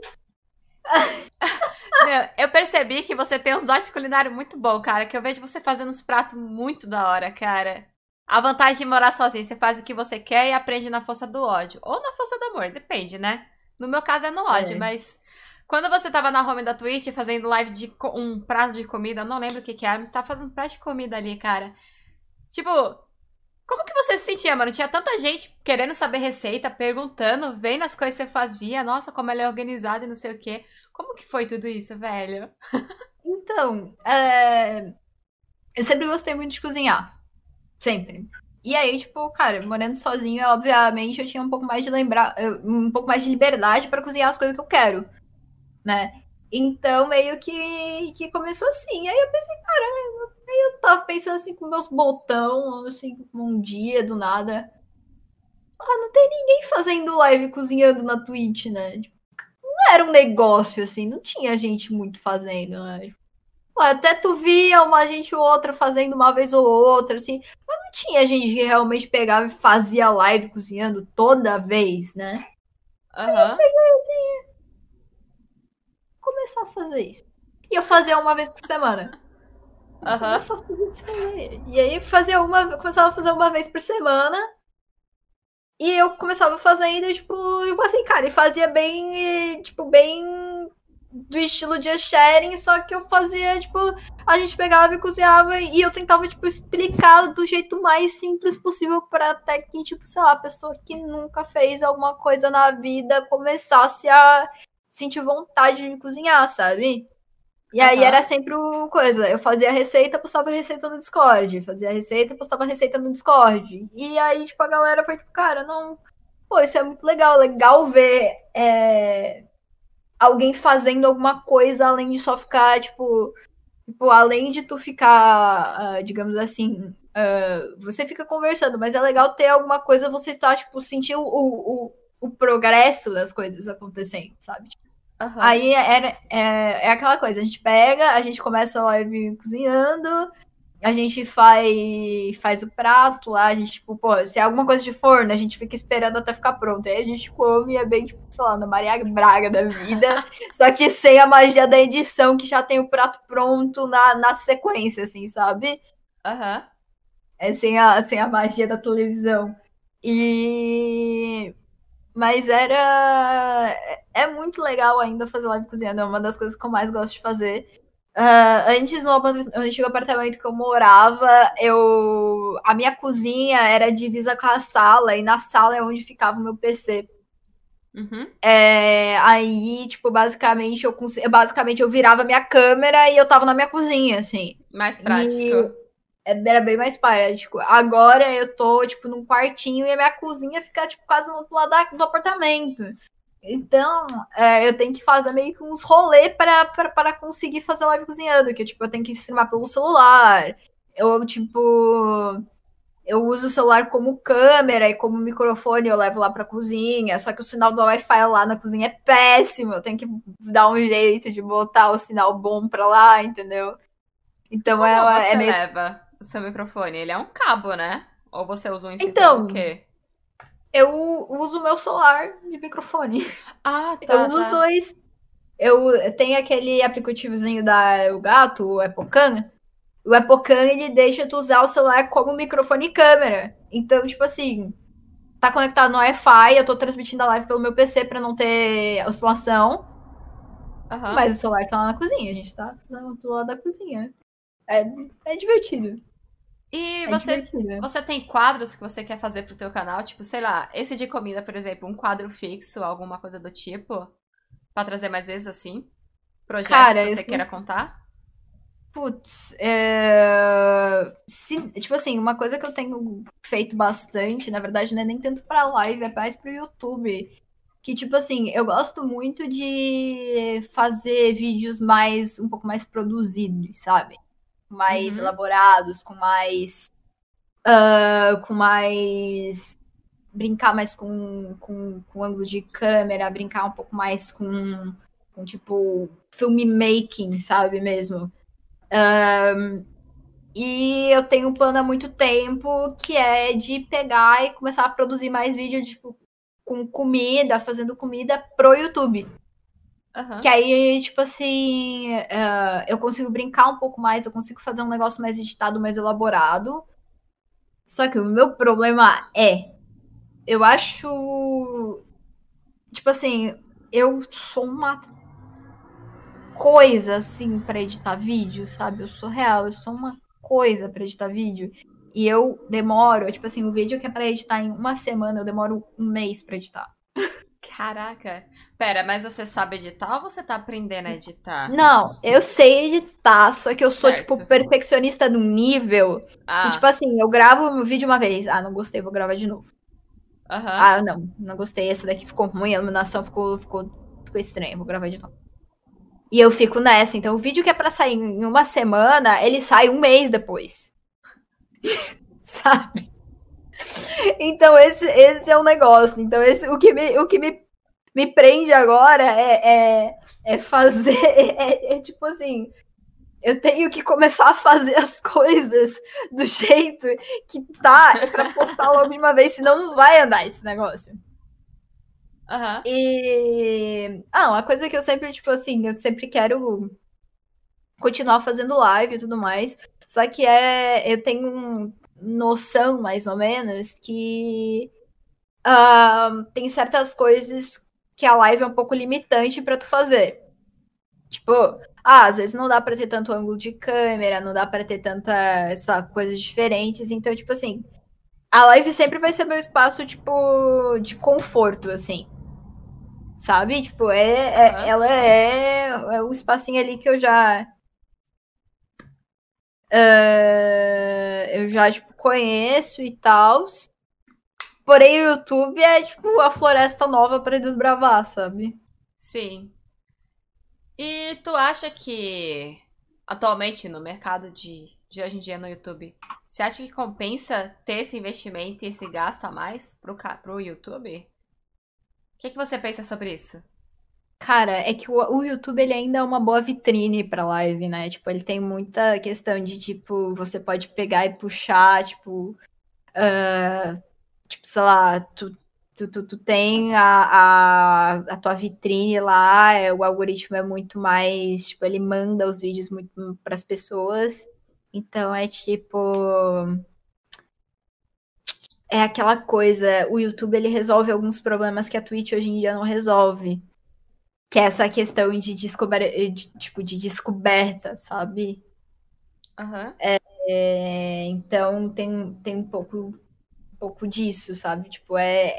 Meu, eu percebi que você tem uns dotes culinários muito bom, cara. Que eu vejo você fazendo uns pratos muito da hora, cara. A vantagem de morar sozinho, você faz o que você quer e aprende na força do ódio. Ou na força do amor, depende, né? No meu caso é no ódio, mas quando você tava na home da Twitch fazendo live de um prato de comida, eu não lembro o que era, mas você tava fazendo um prato de comida ali, cara. Tipo, como que você se sentia, mano? Tinha tanta gente querendo saber receita, perguntando, vendo as coisas que você fazia. Nossa, como ela é organizada e não sei o quê. Como que foi tudo isso, velho? Então, Eu sempre gostei muito de cozinhar. Sempre. E aí, tipo, cara, morando sozinha, obviamente, eu tinha um pouco mais de um pouco mais de liberdade pra cozinhar as coisas que eu quero, né? Então, meio que começou assim. Aí eu pensei, cara, eu tava pensando assim com meus botão, assim, um dia, do nada. Ah, não tem ninguém fazendo live cozinhando na Twitch, né? Tipo, não era um negócio, assim, não tinha gente muito fazendo, né? Até tu via uma gente ou outra fazendo uma vez ou outra, assim. Mas não tinha gente que realmente pegava e fazia live cozinhando toda vez, né? Aham, Começar a fazer isso. E eu fazia uma vez por semana. aham, Começar a fazer isso aí. E aí começava a fazer uma vez por semana. E eu começava fazendo, tipo, assim, cara, e fazia bem, tipo, bem do estilo de sharing, só que eu fazia, tipo, a gente pegava e cozinhava e eu tentava, tipo, explicar do jeito mais simples possível pra até que, tipo, sei lá, a pessoa que nunca fez alguma coisa na vida começasse a sentir vontade de cozinhar, sabe? E aí era aham. sempre uma coisa, eu fazia receita, postava receita no Discord, fazia receita, postava receita no Discord. E aí, tipo, a galera foi tipo, cara, não, pô, isso é muito legal, legal ver alguém fazendo alguma coisa além de só ficar, tipo além de tu ficar, digamos assim, você fica conversando, mas é legal ter alguma coisa, você está, tipo, sentir o progresso das coisas acontecendo, sabe? Aham. Aí é aquela coisa, a gente pega, a gente começa a live cozinhando, a gente faz o prato lá, a gente, tipo, pô, se é alguma coisa de forno, a gente fica esperando até ficar pronto. Aí a gente come e é bem, tipo, sei lá, na Maria Braga da vida, só que sem a magia da edição, que já tem o prato pronto na sequência, assim, sabe? Aham. É sem a magia da televisão. E mas é muito legal ainda fazer live cozinhando, é uma das coisas que eu mais gosto de fazer. Antes, no antigo apartamento que eu morava, a minha cozinha era divisa com a sala, e na sala é onde ficava o meu PC. Uhum. Aí, tipo, basicamente eu virava minha câmera e eu tava na minha cozinha, assim. Mais prático. E era bem mais prático. Agora eu tô, tipo, num quartinho e a minha cozinha fica, tipo, quase no outro lado do apartamento. Então, eu tenho que fazer meio que uns rolê para conseguir fazer live cozinhando, que tipo, eu tenho que streamar pelo celular. Eu, tipo, eu uso o celular como câmera e como microfone eu levo lá pra cozinha, só que o sinal do Wi-Fi lá na cozinha é péssimo, eu tenho que dar um jeito de botar o sinal bom pra lá, entendeu? Então Como é você meio. leva o seu microfone? Ele é um cabo, né? Ou você usa um em si tem o Então, quê? eu uso o meu celular de microfone. Ah, Eu tá, uso os tá. dois. Eu tenho aquele aplicativozinho da o gato, o Epocan. O Epocan, ele deixa tu usar o celular como microfone e câmera. Então, tipo assim, tá conectado no Wi-Fi, eu tô transmitindo a live pelo meu PC pra não ter oscilação, Aham. mas o celular tá lá na cozinha, a gente tá fazendo do lado da cozinha. É, é divertido. E É você, divertido. você tem quadros que você quer fazer pro teu canal? Tipo, sei lá, esse de comida, por exemplo, um quadro fixo, alguma coisa do tipo? Pra trazer mais vezes assim? Projetos Cara, que eu você queira sempre. contar? Putz, tipo assim, uma coisa que eu tenho feito bastante, na verdade, não é nem tanto pra live, é mais pro YouTube. Que, tipo assim, eu gosto muito de fazer vídeos um pouco mais produzidos, sabe? Mais Uhum. elaborados, com mais brincar mais com ângulo de câmera, brincar um pouco mais com tipo filmmaking, sabe mesmo? E eu tenho um plano há muito tempo que é de pegar e começar a produzir mais vídeo tipo, com comida, fazendo comida pro YouTube. Que Aham. aí, tipo assim, eu consigo brincar um pouco mais, eu consigo fazer um negócio mais editado, mais elaborado. Só que o meu problema eu acho, tipo assim, eu sou uma coisa assim para editar vídeo, sabe? Eu sou real, eu sou uma coisa para editar vídeo. E eu demoro, tipo assim, o vídeo que é para editar em uma semana, eu demoro um mês para editar. Caraca. Pera, mas você sabe editar ou você tá aprendendo a editar? Não, eu sei editar, só que eu sou, tipo, Certo. perfeccionista num nível que, tipo Ah, assim, eu gravo o vídeo uma vez. Ah, não gostei, vou gravar de novo. aham. Ah, não gostei, essa daqui ficou ruim, a iluminação ficou estranha, vou gravar de novo. E eu fico nessa, então o vídeo que é pra sair em uma semana, ele sai um mês depois. Sabe? Então esse é o negócio. Então o que me prende agora é fazer. É tipo assim. Eu tenho que começar a fazer as coisas do jeito que tá pra postar logo de uma vez, senão não vai andar esse negócio. Aham. E. Ah, uma coisa que eu sempre, tipo assim, eu sempre quero continuar fazendo live e tudo mais. Só que eu tenho noção, mais ou menos, que tem certas coisas que a live é um pouco limitante pra tu fazer. Tipo, às vezes não dá pra ter tanto ângulo de câmera, não dá pra ter tanta, sei lá, coisas diferentes. Então, tipo assim, a live sempre vai ser meu espaço, tipo, de conforto, assim. Sabe? Tipo, Aham. ela é o espacinho ali que eu já, tipo, conheço e tal. Porém, o YouTube é, tipo, a floresta nova pra desbravar, sabe? Sim. E tu acha que atualmente no mercado de hoje em dia no YouTube, você acha que compensa ter esse investimento e esse gasto a mais pro YouTube? O que você pensa sobre isso? Cara, é que o YouTube ele ainda é uma boa vitrine pra live, né? Tipo, ele tem muita questão de, tipo, você pode pegar e puxar, tipo, sei lá, tu tem a tua vitrine lá, o algoritmo é muito mais, tipo, ele manda os vídeos muito pras pessoas. Então é tipo, é aquela coisa, o YouTube ele resolve alguns problemas que a Twitch hoje em dia não resolve. Que é essa questão de descoberta, sabe? Aham. Então tem um pouco disso, sabe? Tipo,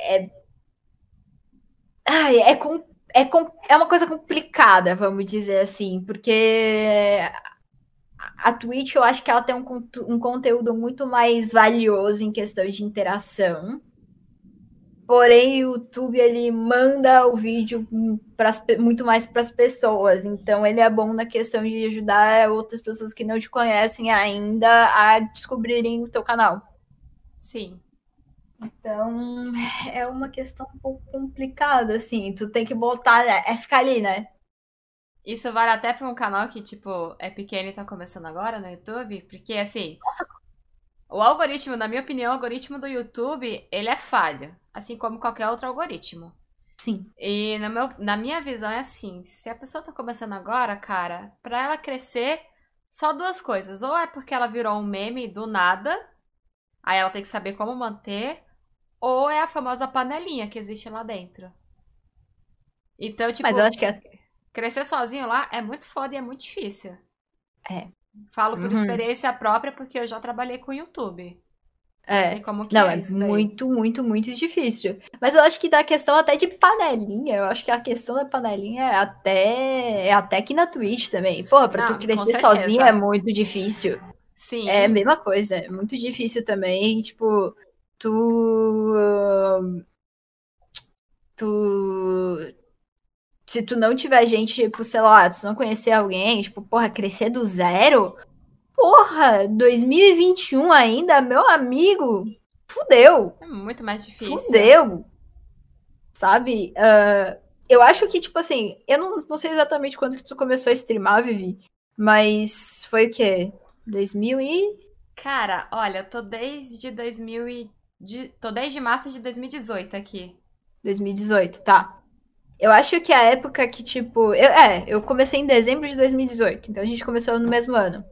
ai, é uma coisa complicada, vamos dizer assim, porque a Twitch eu acho que ela tem um conteúdo muito mais valioso em questão de interação. Porém, o YouTube ele manda o vídeo muito mais para as pessoas. Então, ele é bom na questão de ajudar outras pessoas que não te conhecem ainda a descobrirem o teu canal. Sim. Então, é uma questão um pouco complicada, assim. Tu tem que botar, ficar ali, né? Isso vale até pra um canal que, tipo, é pequeno e tá começando agora no YouTube, porque, assim, o algoritmo, na minha opinião, o algoritmo do YouTube, ele é falho, assim como qualquer outro algoritmo. Sim. E na minha visão é assim, se a pessoa tá começando agora, cara, pra ela crescer, só duas coisas. Ou é porque ela virou um meme do nada, aí ela tem que saber como manter, ou é a famosa panelinha que existe lá dentro. Então, Mas eu tipo, acho que crescer sozinho lá é muito foda e é muito difícil. é. Falo por Uhum. experiência própria porque eu já trabalhei com YouTube. Eu sei É. como que Não, é é isso daí. muito, muito, muito difícil. Mas eu acho que da questão até de panelinha, eu acho que a questão da panelinha é até que na Twitch também. Porra, pra tu Não, com crescer sozinho é certeza. muito difícil. É a Sim, mesma coisa, é muito difícil também. Tipo, tu. Tu. Se tu não tiver gente, tipo, sei lá, se tu não conhecer alguém, tipo, porra, crescer do zero. Porra, 2021 ainda, meu amigo. Fudeu. é muito mais difícil. Fudeu. Sabe? Eu acho que, tipo assim, eu não sei exatamente quando que tu começou a streamar, Vivi, mas foi o quê? 2000 e Cara, olha, eu tô desde tô desde março de 2018 aqui. 2018, tá. Eu acho que a época que, tipo. Eu comecei em dezembro de 2018, então a gente começou no mesmo ano.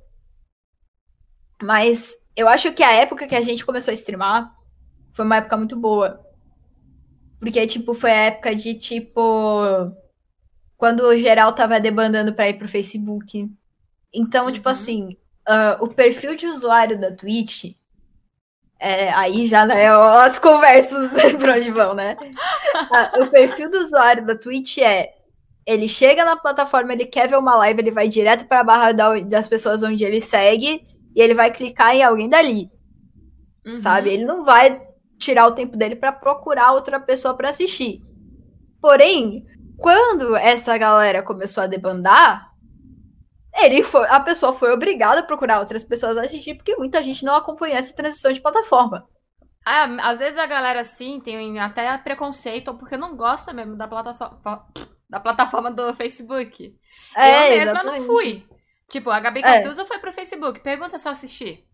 Mas eu acho que a época que a gente começou a streamar foi uma época muito boa. Porque, tipo, foi a época de, tipo. Quando o geral tava debandando pra ir pro Facebook. Então, tipo Uhum. assim, o perfil de usuário da Twitch Aí já, né, as conversas pra onde vão, né? O perfil do usuário da Twitch ele chega na plataforma, ele quer ver uma live, ele vai direto pra barra das pessoas onde ele segue e ele vai clicar em alguém dali, sabe? Ele não vai tirar o tempo dele pra procurar outra pessoa pra assistir. Porém, quando essa galera começou a debandar, a pessoa foi obrigada a procurar outras pessoas a assistir, porque muita gente não acompanhou essa transição de plataforma. Às vezes a galera, assim, tem até preconceito, ou porque não gosta mesmo da plataforma do Facebook. Eu mesma exatamente. não fui. Tipo, a Gabi Catuso foi pro Facebook. Pergunta se eu assisti.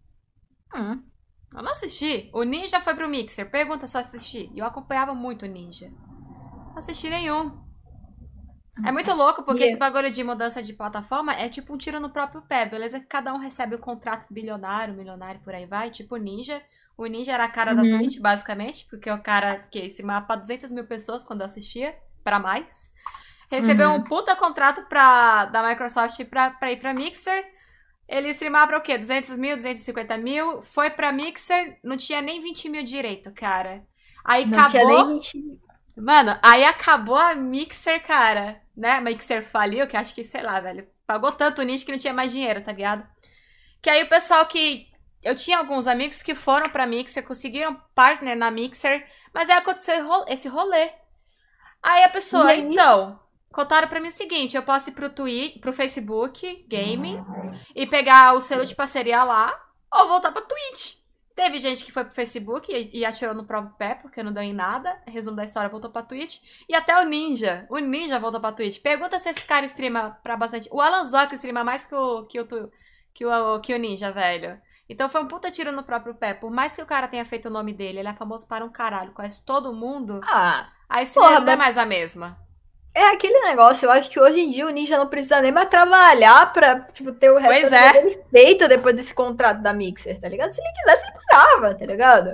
Eu não assisti. O Ninja foi pro Mixer. Pergunta se eu assisti. E eu acompanhava muito o Ninja. Não assisti nenhum. É muito louco, porque esse bagulho de mudança de plataforma é tipo um tiro no próprio pé, beleza? Que cada um recebe um contrato bilionário, milionário, por aí vai. Tipo o Ninja. O Ninja era a cara da Twitch, basicamente. Porque o cara que esse mapa 200 mil pessoas quando eu assistia. Pra mais. Recebeu um puta contrato da Microsoft pra ir pra Mixer. Ele streamava pra o quê? 200 mil, 250 mil. Foi pra Mixer, não tinha nem 20 mil direito, cara. Aí não acabou... tinha nem 20 mil. Mano, aí acabou a Mixer, cara. Né? A Mixer faliu, que acho que, sei lá, velho. Pagou tanto nisso que não tinha mais dinheiro, tá ligado? Que aí o pessoal que... Eu tinha alguns amigos que foram pra Mixer, conseguiram partner na Mixer. Mas aí aconteceu esse rolê. Aí a pessoa, então... Contaram pra mim o seguinte, eu posso ir pro Facebook Gaming e pegar o selo de parceria lá ou voltar pra Twitch. Teve gente que foi pro Facebook e atirou no próprio pé porque não deu em nada. Resumo da história, voltou pra Twitch. E até o Ninja voltou pra Twitch. Pergunta se esse cara streama pra bastante... O Alan Zoc streama mais que o Ninja, velho. Então foi um puta tiro no próprio pé. Por mais que o cara tenha feito o nome dele, ele é famoso para um caralho, conhece todo mundo, a estrela não é mais a mesma. É aquele negócio, eu acho que hoje em dia o Ninja não precisa nem mais trabalhar pra, tipo, ter o resto da vida dele feito depois desse contrato da Mixer, tá ligado? Se ele quisesse, ele parava, tá ligado?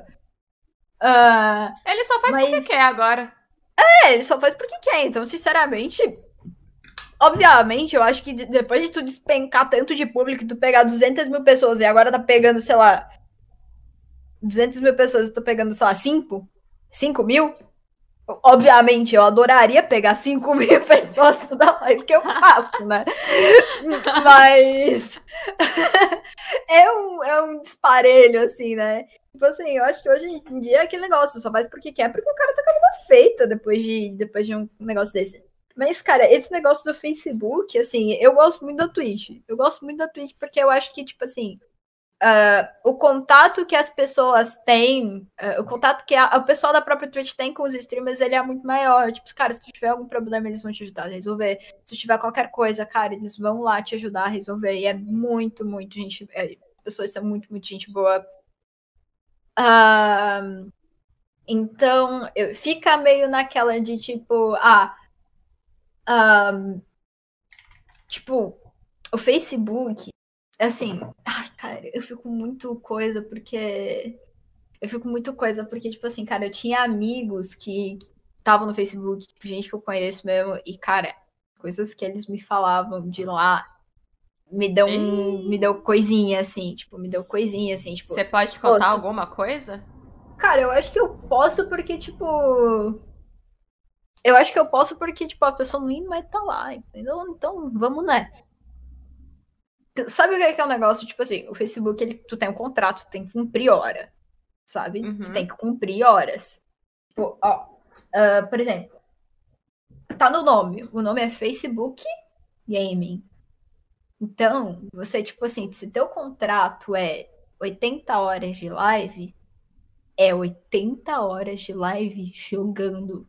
Ele só faz porque quer agora. Ele só faz porque quer, então, sinceramente... Obviamente, eu acho que depois de tu despencar tanto de público, tu pegar 200 mil pessoas e agora tá pegando, sei lá... 200 mil pessoas e tu pegando, sei lá, 5 mil... Obviamente, eu adoraria pegar 5 mil pessoas toda live que eu faço, né? Mas é um disparelho, assim, né? Tipo assim, eu acho que hoje em dia é aquele negócio, só faz porque quer, porque o cara tá com a vida feita depois de um negócio desse. Mas, cara, esse negócio do Facebook, assim, eu gosto muito da Twitch. Eu gosto muito da Twitch porque eu acho que, tipo assim... o contato que as pessoas têm, o contato que o pessoal da própria Twitch tem com os streamers, ele é muito maior. Tipo, cara, se tu tiver algum problema, eles vão te ajudar a resolver. Se tu tiver qualquer coisa, cara, eles vão lá te ajudar a resolver. E é muito, muito gente... as pessoas são muito, muito gente boa. Então, fica meio naquela de, tipo... tipo, o Facebook... Assim, ai, cara, eu fico muito coisa porque, tipo assim, cara, eu tinha amigos que estavam no Facebook, tipo, gente que eu conheço mesmo, e, cara, coisas que eles me falavam de lá me deu coisinha, assim, tipo, Você pode contar alguma coisa? Cara, eu acho que eu posso porque, tipo... Eu acho que eu posso porque, tipo, a pessoa não vai estar lá, entendeu? Então, vamos, né? Sabe o que é o negócio? Tipo assim, o Facebook, tu tem um contrato, tu tem que cumprir hora, sabe? Tu tem que cumprir horas. Tipo, por exemplo, tá no nome. O nome é Facebook Gaming. Então, você, tipo assim, se teu contrato é 80 horas de live, é 80 horas de live jogando.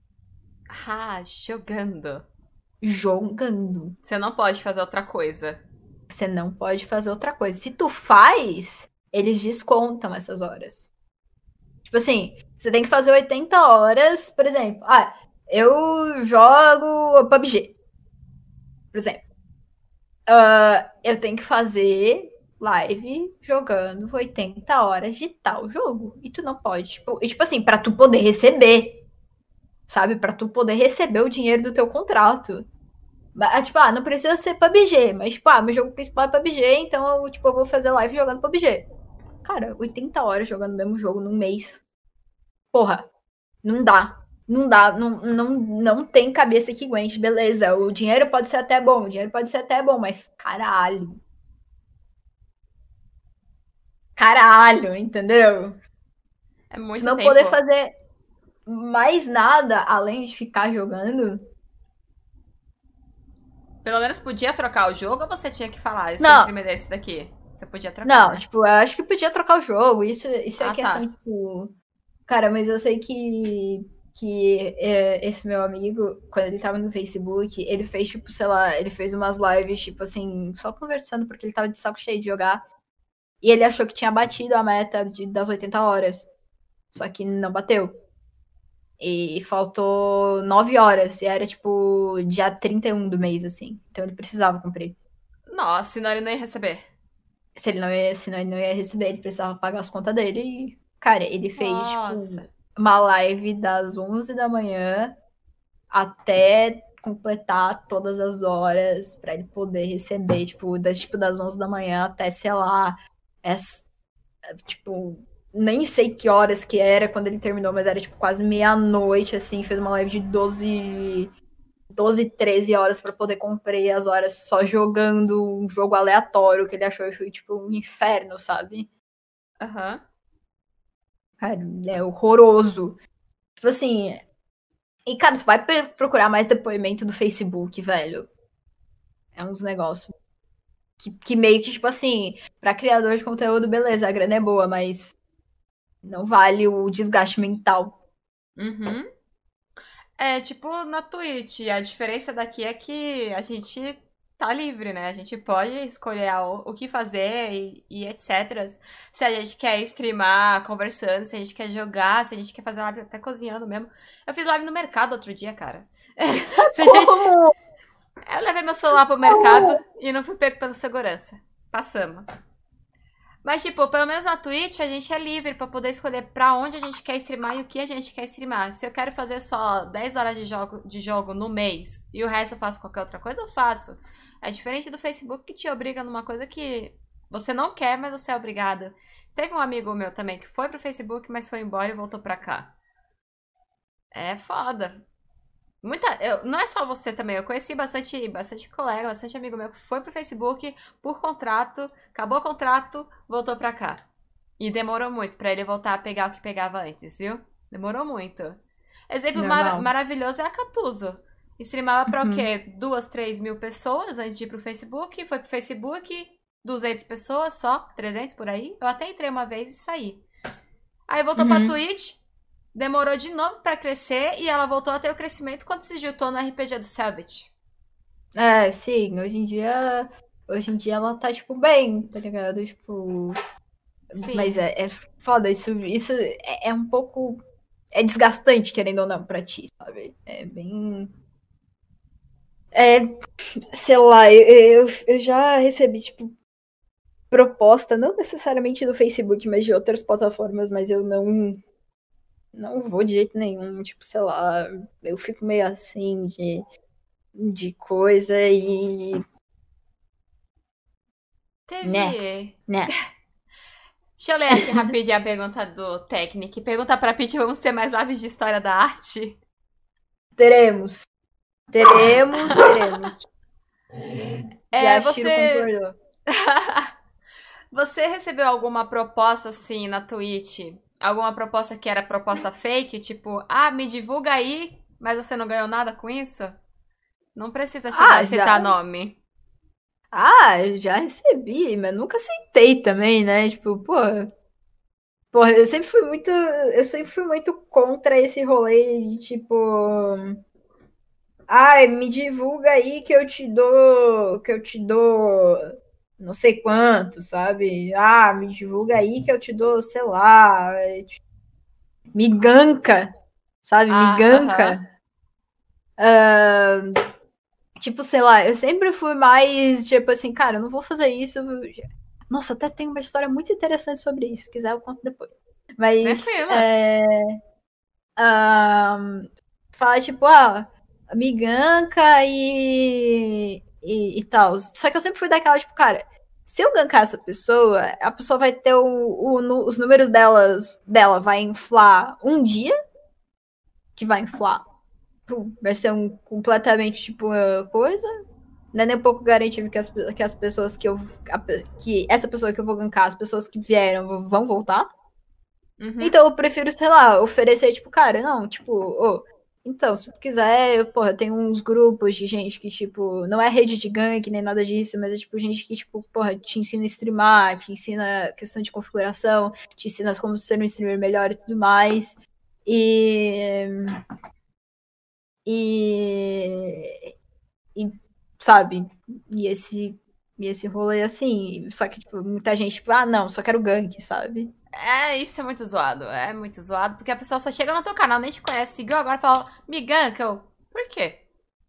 Jogando. Jogando. Você não pode fazer outra coisa. Você não pode fazer outra coisa. Se tu faz, eles descontam essas horas. Tipo assim, você tem que fazer 80 horas, por exemplo. Eu jogo PUBG. Por exemplo. Eu tenho que fazer live jogando 80 horas de tal jogo. E tu não pode, tipo assim, pra tu poder receber. Sabe? Pra tu poder receber o dinheiro do teu contrato. Tipo, não precisa ser PUBG, mas, tipo, meu jogo principal é PUBG, então eu vou fazer live jogando PUBG. cara, 80 horas jogando o mesmo jogo num mês. Porra, não dá. Não dá, não tem cabeça que aguente, beleza. O dinheiro pode ser até bom, mas caralho. Caralho, entendeu? É muito não tempo. poder fazer mais nada além de ficar jogando. Pelo menos podia trocar o jogo ou você tinha que falar? Eu sou Não, streamer desse daqui. Você podia trocar, não, né? tipo, eu acho que podia trocar o jogo. Isso é Ah, questão, tá. tipo. Cara, mas eu sei que esse meu amigo, quando ele tava no Facebook, ele fez, tipo, sei lá, ele fez umas lives, tipo assim, só conversando, porque ele tava de saco cheio de jogar. E ele achou que tinha batido a meta das 80 horas. Só que não bateu. E faltou 9 horas. E era, tipo, dia 31 do mês, assim. Então ele precisava cumprir. Nossa, senão ele não ia receber. Senão ele não ia receber, ele precisava pagar as contas dele. E, cara, ele fez, Nossa. tipo, uma live das 11 da manhã até completar todas as horas para ele poder receber, das 11 da manhã até, sei lá, tipo, nem sei que horas que era quando ele terminou, mas era, tipo, quase meia-noite, assim, fez uma live de 12 13 horas para poder cumprir as horas só jogando um jogo aleatório que ele achou e foi, tipo, um inferno, sabe? Aham. Cara, é horroroso. Tipo assim. E, cara, tu vai procurar mais depoimento do Facebook, velho. É uns negócios que meio que, tipo assim, pra criador de conteúdo, beleza, a grana é boa, mas não vale o desgaste mental. Uhum. É tipo na Twitch. A diferença daqui é que a gente tá livre, né? A gente pode escolher o que fazer e etc. Se a gente quer streamar conversando, se a gente quer jogar, se a gente quer fazer live até cozinhando mesmo. Eu fiz live no mercado outro dia, cara. Se a gente... Como? Eu levei meu celular pro mercado e não fui pego pela segurança. Passamos. Mas, tipo, pelo menos na Twitch a gente é livre pra poder escolher pra onde a gente quer streamar e o que a gente quer streamar. Se eu quero fazer só 10 horas de jogo no mês e o resto eu faço qualquer outra coisa, eu faço. É diferente do Facebook que te obriga numa coisa que você não quer, mas você é obrigado. Teve um amigo meu também que foi pro Facebook, mas foi embora e voltou pra cá. É foda. Não é só você também, eu conheci bastante colega, bastante amigo meu que foi pro Facebook por contrato, acabou o contrato, voltou pra cá. E demorou muito pra ele voltar a pegar o que pegava antes, viu? Demorou muito. Exemplo Normal. maravilhoso é a Catuso. Streamava pra o Uhum. quê? 2, 3 mil pessoas antes de ir pro Facebook, foi pro Facebook, 200 pessoas só, 300 por aí. Eu até entrei uma vez e saí. Aí voltou pra Uhum. Twitch, demorou de novo pra crescer e ela voltou a ter o crescimento quando se juntou no RPG do Selbit. É, sim, hoje em dia ela tá, tipo, bem, tá ligado? Tipo, mas Sim. é foda, isso é um pouco, é desgastante, querendo ou não, pra ti, sabe? É bem, é, sei lá, eu já recebi, tipo, proposta, não necessariamente do Facebook, mas de outras plataformas, mas eu não vou de jeito nenhum, tipo, sei lá, eu fico meio assim de coisa e, né, Teve. né. Deixa eu ler aqui rapidinho a pergunta do Technic. Pergunta pra Pitty, vamos ter mais lives de história da arte? Teremos. Teremos. É, Yashiro você. concordou. Você recebeu alguma proposta assim na Twitch? Alguma proposta que era proposta fake? Tipo, ah, me divulga aí, mas você não ganhou nada com isso? Não precisa chegar a Ah, citar já. nome. Eu já recebi, mas nunca aceitei também, né? Tipo, porra, eu sempre fui muito contra esse rolê de tipo, ai, me divulga aí que eu te dou não sei quanto, sabe? Ah, me divulga aí que eu te dou, sei lá, me ganka, sabe? Me Ah, aham. ganka. Tipo, sei lá, eu sempre fui mais, tipo assim, cara, eu não vou fazer isso. Nossa, até tem uma história muito interessante sobre isso. Se quiser, eu conto depois. Mas, Tranquila. falar, tipo, miganca e tal. Só que eu sempre fui daquela, tipo, cara, Se eu gankar essa pessoa, a pessoa vai ter os números dela vai inflar um dia, que vai inflar. Vai ser completamente, tipo, coisa. Não é nem um pouco garantido que as pessoas que essa pessoa que eu vou gankar, as pessoas que vieram vão voltar. Uhum. Então eu prefiro, sei lá, oferecer, tipo, cara, não, tipo, então, se tu quiser, porra, tem uns grupos de gente que, tipo, não é rede de gank nem nada disso, mas é, tipo, gente que, tipo, porra, te ensina a streamar, te ensina questão de configuração, te ensina como ser um streamer melhor e tudo mais. E sabe, e esse rolê assim, só que, tipo, muita gente, tipo, não, só quero gank, sabe? Isso é muito zoado, porque a pessoa só chega no teu canal, nem te conhece, seguiu agora e fala, me ganka, por quê?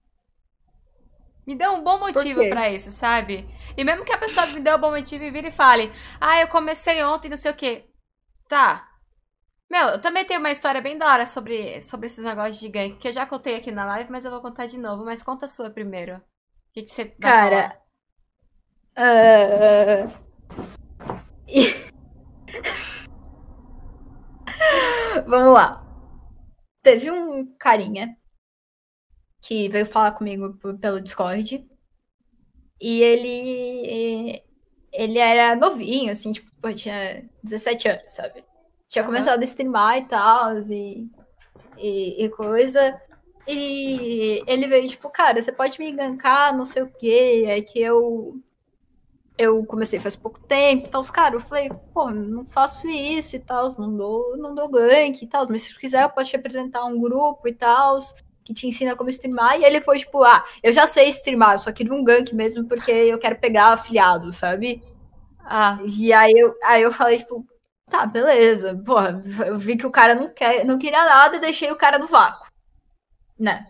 Me dê um bom Por motivo quê? pra isso, sabe? E mesmo que a pessoa me dê um bom motivo e vire e fale, eu comecei ontem, não sei o quê. Tá. Meu, eu também tenho uma história bem da hora sobre esses negócios de gank, que eu já contei aqui na live, mas eu vou contar de novo. Mas conta a sua primeiro. O que você vai Cara, falar? uh, vamos lá. Teve um carinha que veio falar comigo pelo Discord e ele era novinho, assim, tipo, pô, tinha 17 anos, sabe? Tinha Aham. começado a streamar e tal, e coisa. E ele veio, tipo, cara, você pode me gankar, não sei o quê. É que eu comecei faz pouco tempo e tal. Cara, eu falei, pô, não faço isso e tal, não dou gank e tal. Mas se quiser, eu posso te apresentar um grupo e tal, que te ensina como streamar. E ele foi, tipo, eu já sei streamar, eu só queria um gank mesmo porque eu quero pegar afiliado, sabe? Ah. E aí eu falei, tipo, tá, beleza. Porra, eu vi que o cara não queria nada e deixei o cara no vácuo, né?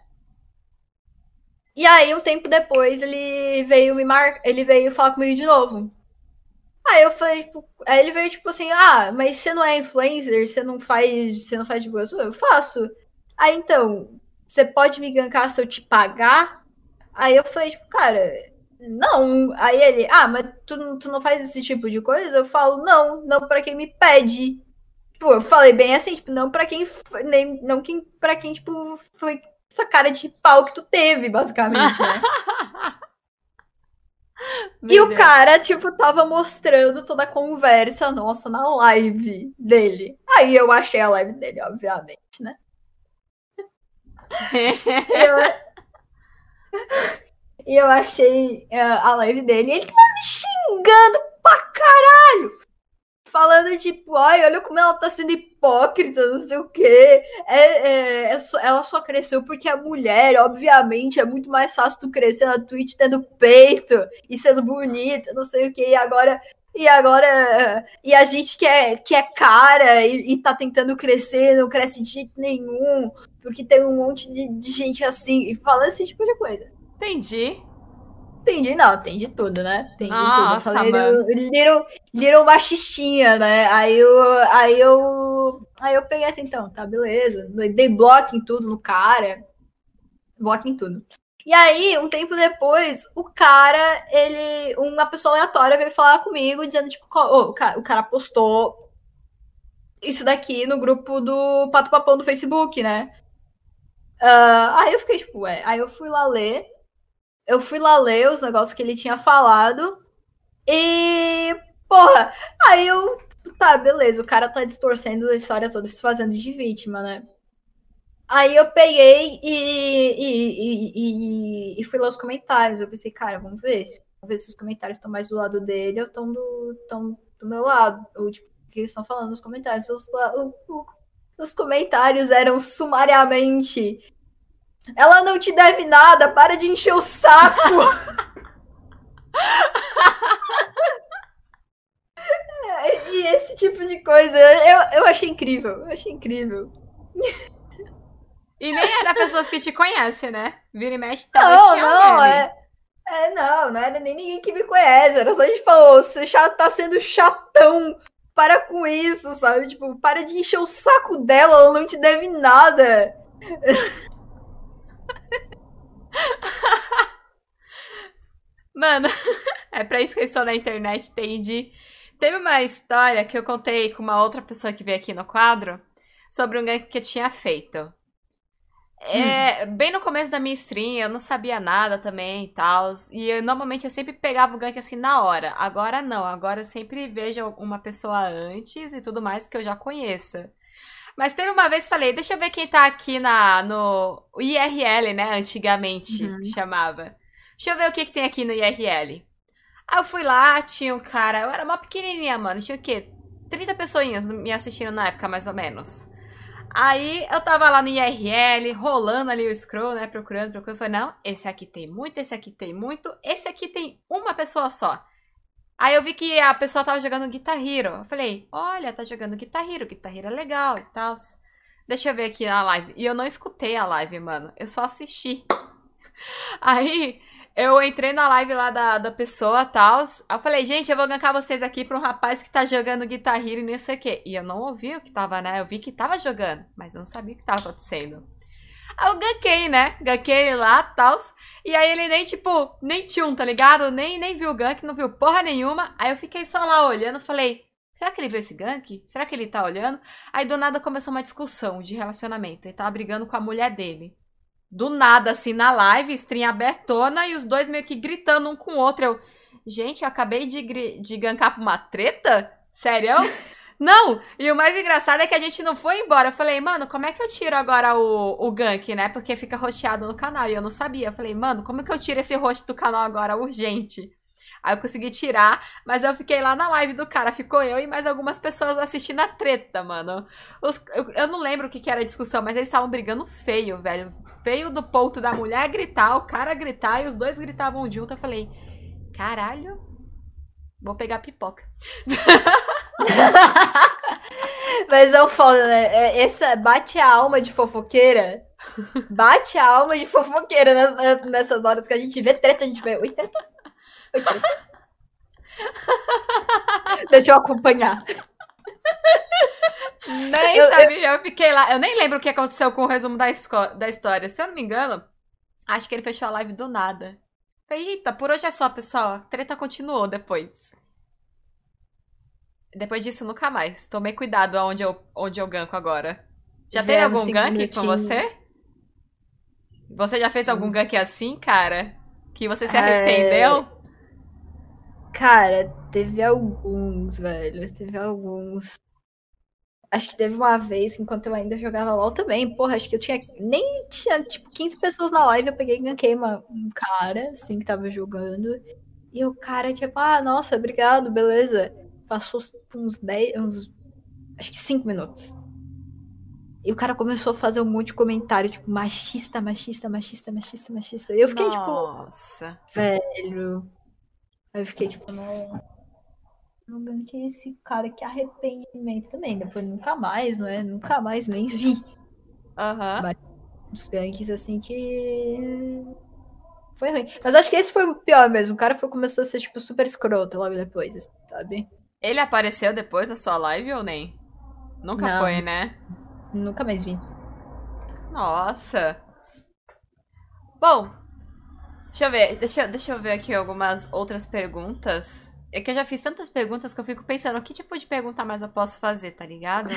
E aí, um tempo depois, ele veio falar comigo de novo. Aí eu falei, tipo, aí ele veio tipo assim, mas você não é influencer, você não faz divulgação? Eu faço. Aí então, você pode me gankar se eu te pagar? Aí eu falei, tipo, cara, não. Aí ele, mas tu não faz esse tipo de coisa? Eu falo, não pra quem me pede. Tipo, eu falei bem assim, tipo, não pra quem, nem, não quem, pra quem, tipo, foi essa cara de pau que tu teve, basicamente, né? E Meu o Deus. cara, tipo, tava mostrando toda a conversa nossa na live dele. Aí eu achei a live dele, obviamente, né? E eu, e eu achei a live dele. E ele tava me xingando pra caralho. Falando, tipo, olha como ela tá sendo hipócrita, não sei o quê. Ela só cresceu porque é mulher, obviamente. É muito mais fácil tu crescer na Twitch tendo peito e sendo bonita, não sei o quê. E a gente que é cara e tá tentando crescer, não cresce de jeito nenhum, porque tem um monte de gente assim, e falando esse tipo de coisa. Entendi. Entendi, não, tem de tudo, né? Tem de tudo. Eu Nossa, falei, mano. little machistinha, né? Aí eu peguei assim, então, tá, beleza. Dei bloco em tudo no cara. Bloco em tudo. E aí, um tempo depois, uma pessoa aleatória veio falar comigo, dizendo, tipo, o cara postou isso daqui no grupo do Pato Papão do Facebook, né? Aí eu fiquei, tipo, ué. Aí eu fui lá ler. Eu fui lá ler os negócios que ele tinha falado. E, porra, aí eu. Tá, beleza, o cara tá distorcendo a história toda, se fazendo de vítima, né? Aí eu peguei e fui lá os comentários. Eu pensei, cara, vamos ver se os comentários estão mais do lado dele ou estão do meu lado. Ou, tipo, o que eles estão falando nos comentários. Os comentários eram sumariamente. Ela não te deve nada, para de encher o saco. E esse tipo de coisa, eu achei incrível. Eu achei incrível. E nem era pessoas que te conhecem, né? Vira e mexe, talvez Não, tinha alguém não, ali. não era nem ninguém que me conhece. Era só a gente falou, você já tá sendo chatão. Para com isso, sabe? Tipo, para de encher o saco dela, ela não te deve nada. Mano, É pra isso que eu estou na internet, entendi. Teve uma história que eu contei com uma outra pessoa que veio aqui no quadro sobre um gank que eu tinha feito. Bem no começo da minha stream, eu não sabia nada também e tal. E normalmente eu sempre pegava o gank assim na hora. Agora não, agora eu sempre vejo uma pessoa antes e tudo mais que eu já conheça. Mas teve uma vez que falei, deixa eu ver quem tá aqui no IRL, né? Antigamente chamava. Deixa eu ver o que tem aqui no IRL. Aí eu fui lá, tinha um cara, eu era mó pequenininha, mano. Tinha o quê? 30 pessoinhas me assistindo na época, mais ou menos. Aí eu tava lá no IRL, rolando ali o scroll, né? Procurando. Eu falei, não, esse aqui tem muito, esse aqui tem muito, esse aqui tem uma pessoa só. Aí eu vi que a pessoa tava jogando Guitar Hero. Eu falei, olha, tá jogando Guitar Hero é legal e tal. Deixa eu ver aqui na live. E eu não escutei a live, mano. Eu só assisti. Aí eu entrei na live lá da pessoa e tal. Aí eu falei, gente, eu vou gankar vocês aqui pra um rapaz que tá jogando Guitar Hero e não sei o quê. E eu não ouvi o que tava, né? Eu vi que tava jogando, mas eu não sabia o que tava acontecendo. Aí eu gankei, né? Gankei ele lá e tal. E aí ele nem, tipo, nem tchum, tá ligado? Nem viu o gank, não viu porra nenhuma. Aí eu fiquei só lá olhando, falei, será que ele viu esse gank? Será que ele tá olhando? Aí do nada começou uma discussão de relacionamento. Ele tava brigando com a mulher dele. Do nada, assim, na live, stream abertona, e os dois meio que gritando um com o outro. Eu, gente, eu acabei de gankar pra uma treta? Sério? Não! E o mais engraçado é que a gente não foi embora. Eu falei, mano, como é que eu tiro agora o gank, né? Porque fica rosteado no canal. E eu não sabia. Eu falei, mano, como é que eu tiro esse host do canal agora urgente? Aí eu consegui tirar, mas eu fiquei lá na live do cara. Ficou eu e mais algumas pessoas assistindo a treta, mano. Eu não lembro o que era a discussão, mas eles estavam brigando feio, velho. Feio do ponto da mulher gritar, o cara gritar, e os dois gritavam junto. Eu falei, caralho, vou pegar pipoca. Mas é o foda, né? Essa bate a alma de fofoqueira. Bate a alma de fofoqueira nessas horas que a gente vê treta, a gente vê. Oi, treta? Oi, treta. Deixa eu acompanhar. Nem sabia, eu fiquei lá. Eu nem lembro o que aconteceu com o resumo da história. Se eu não me engano, acho que ele fechou a live do nada. Falei, eita, por hoje é só, pessoal. A treta continuou depois. Depois disso, nunca mais. Tomei cuidado onde eu ganko agora. Já teve algum gank com você? Você já fez algum gank assim, cara? Que você se arrependeu? Cara, teve alguns, velho. Teve alguns. Acho que teve uma vez, enquanto eu ainda jogava LOL também. Porra, acho que eu tinha. Nem tinha, tipo, 15 pessoas na live. Eu peguei e ganquei um cara, assim, que tava jogando. E o cara, tipo, nossa, obrigado, beleza. Passou uns 10. Acho que 5 minutos. E o cara começou a fazer um monte de comentário, tipo, machista, machista, machista, machista, machista. E eu fiquei, nossa. Tipo, velho. Aí eu fiquei, tipo, não ganhei esse cara, que arrependimento também. Depois nunca mais, né? Nunca mais nem vi. Aham. Uns ganks assim que. Foi ruim. Mas acho que esse foi o pior mesmo. O cara começou a ser, tipo, super escroto logo depois, assim, sabe? Ele apareceu depois da sua live ou nem? Nunca Não, foi, né? Nunca mais vi. Nossa. Bom, deixa eu ver. Deixa eu ver aqui algumas outras perguntas. É que eu já fiz tantas perguntas que eu fico pensando que tipo de pergunta mais eu posso fazer, tá ligado?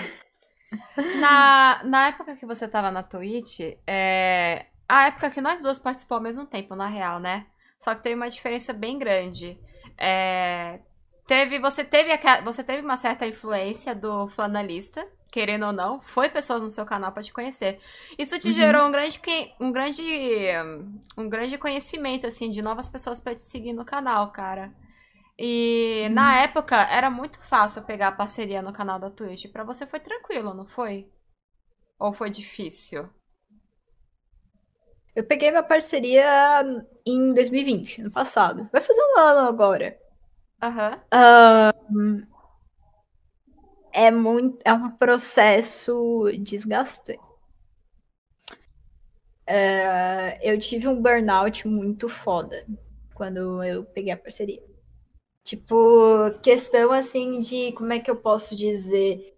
Na época que você tava na Twitch, a época que nós duas participamos ao mesmo tempo, na real, né? Só que teve uma diferença bem grande. Você teve uma certa influência do Flanalista, querendo ou não, foi pessoas no seu canal pra te conhecer. Isso te gerou um grande conhecimento, assim, de novas pessoas pra te seguir no canal, cara. E na época era muito fácil pegar a parceria no canal da Twitch. Pra você foi tranquilo, não foi? Ou foi difícil? Eu peguei minha parceria em 2020, no passado. Vai fazer um ano agora. Aham. É um processo desgastante. Eu tive um burnout muito foda quando eu peguei a parceria. Tipo, questão assim de, como é que eu posso dizer?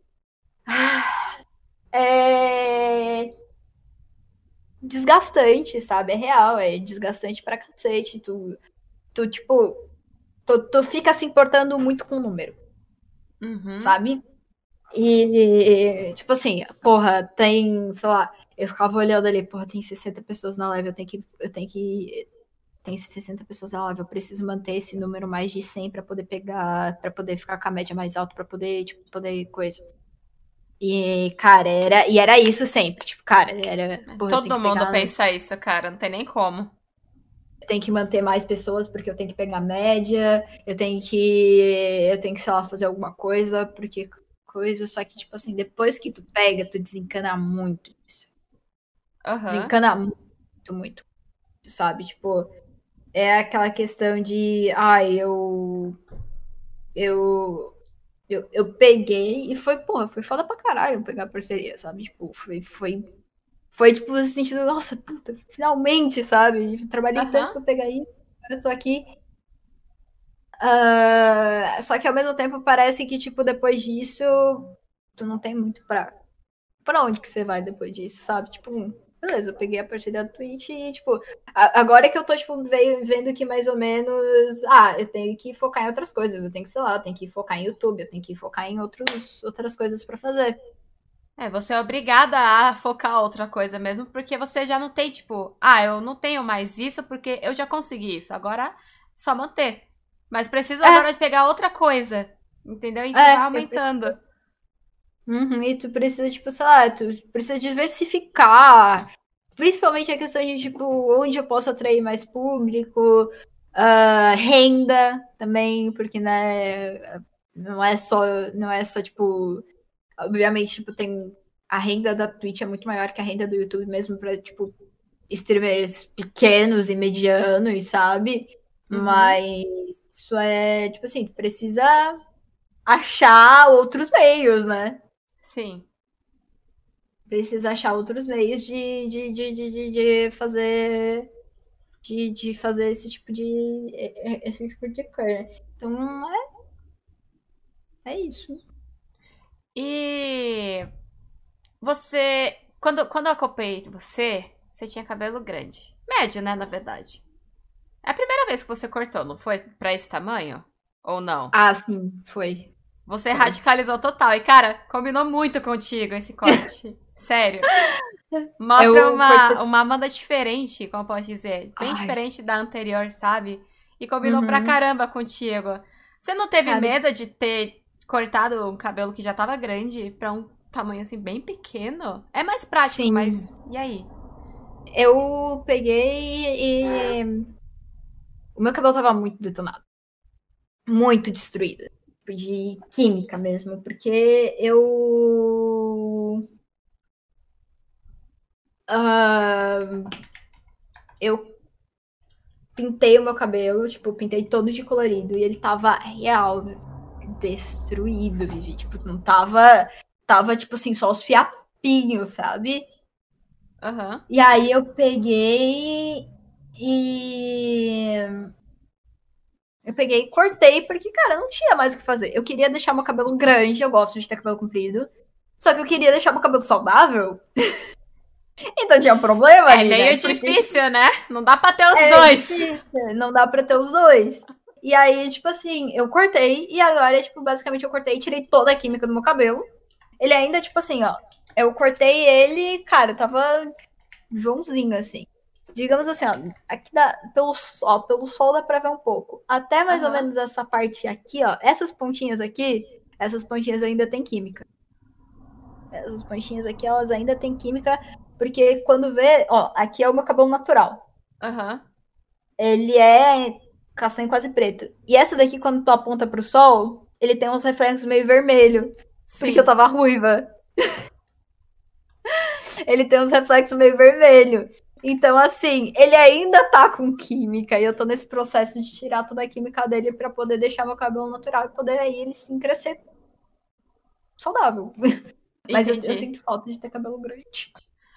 É desgastante, sabe? É real, é desgastante pra cacete. Tu tipo, Tu fica se importando muito com o número, sabe? E, tipo assim, porra, tem, sei lá, eu ficava olhando ali, porra, tem 60 pessoas na live, tem 60 pessoas na live, eu preciso manter esse número mais de 100 pra poder pegar, pra poder ficar com a média mais alta, pra poder, tipo, poder coisa. E, cara, era isso sempre, tipo, cara, porra, eu tenho Todo que mundo pegar, pensa isso, cara. Não tem nem como. eu tenho que manter mais pessoas porque eu tenho que pegar média, eu tenho que, sei lá, fazer alguma coisa, porque coisa, só que, tipo assim, depois que tu pega, tu desencana muito disso. Desencana muito, muito, sabe? Tipo, é aquela questão de, eu peguei e foi, porra, foi foda pra caralho pegar a parceria, sabe? Tipo, foi tipo, no sentido, nossa, puta, finalmente, sabe? Trabalhei tanto pra pegar isso, agora eu tô aqui. Só que ao mesmo tempo parece que, tipo, depois disso, tu não tem muito pra onde que você vai depois disso, sabe? Tipo, beleza, eu peguei a parceria da Twitch e, tipo, agora que eu tô, tipo, vendo que mais ou menos, eu tenho que focar em outras coisas, eu tenho que, sei lá, eu tenho que focar em YouTube, eu tenho que focar em outras coisas pra fazer. Você é obrigada a focar outra coisa mesmo, porque você já não tem, tipo, eu não tenho mais isso porque eu já consegui isso. Agora, só manter. Mas preciso agora de pegar outra coisa. Entendeu? Isso vai aumentando. E tu precisa, tipo, sei lá, tu precisa diversificar. Principalmente a questão de, tipo, onde eu posso atrair mais público, renda também, porque, né, não é só, tipo, obviamente, tipo, tem a renda da Twitch é muito maior que a renda do YouTube mesmo para, tipo, streamers pequenos e medianos, sabe? Mas isso é, tipo assim, tu precisa achar outros meios, né? Sim. Precisa achar outros meios de fazer de fazer esse tipo de coisa. Então é isso. E você, quando eu acompanhei você tinha cabelo grande. Médio, né, na verdade. É a primeira vez que você cortou, não foi? Pra esse tamanho? Ou não? Sim, foi. Você radicalizou total. E, cara, combinou muito contigo esse corte. Sério. Mostra uma Amanda diferente, como pode dizer. Bem diferente da anterior, sabe? E combinou pra caramba contigo. Você não teve medo de ter cortado um cabelo que já tava grande pra um tamanho assim bem pequeno? É mais prático, Sim. mas e aí? Eu peguei e o meu cabelo tava muito detonado. Muito destruído. De química mesmo, porque eu pintei o meu cabelo, tipo, pintei todo de colorido e ele tava real destruído, Vivi. Tipo, não tava. Tava, tipo assim, só os fiapinhos, sabe? E aí eu peguei e. Eu peguei e cortei, porque, cara, não tinha mais o que fazer. Eu queria deixar meu cabelo grande, eu gosto de ter cabelo comprido. Só que eu queria deixar meu cabelo saudável. Então tinha um problema ali, meio né? difícil, né? Não dá pra ter os dois. Difícil, não dá pra ter os dois. E aí, tipo assim, eu cortei e agora, tipo, basicamente eu cortei e tirei toda a química do meu cabelo. Ele ainda, tipo assim, ó, eu cortei ele, cara, tava Joãozinho, assim. Digamos assim, ó, aqui pelo sol dá pra ver um pouco. Até mais ou menos essa parte aqui, ó, essas pontinhas ainda tem química. Essas pontinhas aqui, elas ainda tem química, porque quando vê, ó, aqui é o meu cabelo natural. Ele é castanho quase preto. E essa daqui, quando tu aponta pro sol, ele tem uns reflexos meio vermelho. Sim. Porque eu tava ruiva. Ele tem uns reflexos meio vermelho. Então, assim, ele ainda tá com química. E eu tô nesse processo de tirar toda a química dele pra poder deixar meu cabelo natural e poder aí ele sim crescer saudável. Mas eu sinto falta de ter cabelo grande.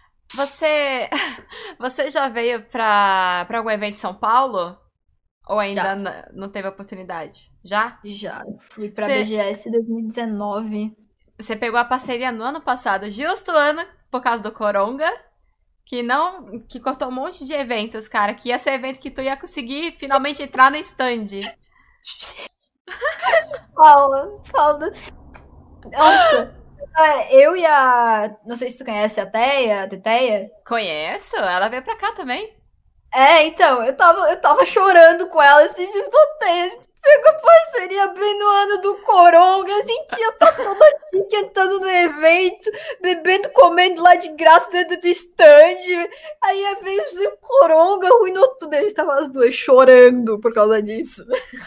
Você já veio pra algum evento em São Paulo? Ou ainda não teve oportunidade? Já? Já. Fui pra BGS 2019. Você pegou a parceria no ano passado, justo ano, por causa do Coronga, que cortou um monte de eventos, cara. Que ia ser evento que tu ia conseguir finalmente entrar no stand. Fala. Nossa. Eu e a... Não sei se tu conhece a Teia, a Teteia. Conheço? Ela veio pra cá também. Então, eu tava chorando com ela, assim, de Teia. A gente pegou parceria bem no ano do Coronga, a gente ia estar toda chique entrando no evento, bebendo, comendo lá de graça dentro do stand. Aí veio o Coronga, arruinou tudo, a gente tava as duas chorando por causa disso.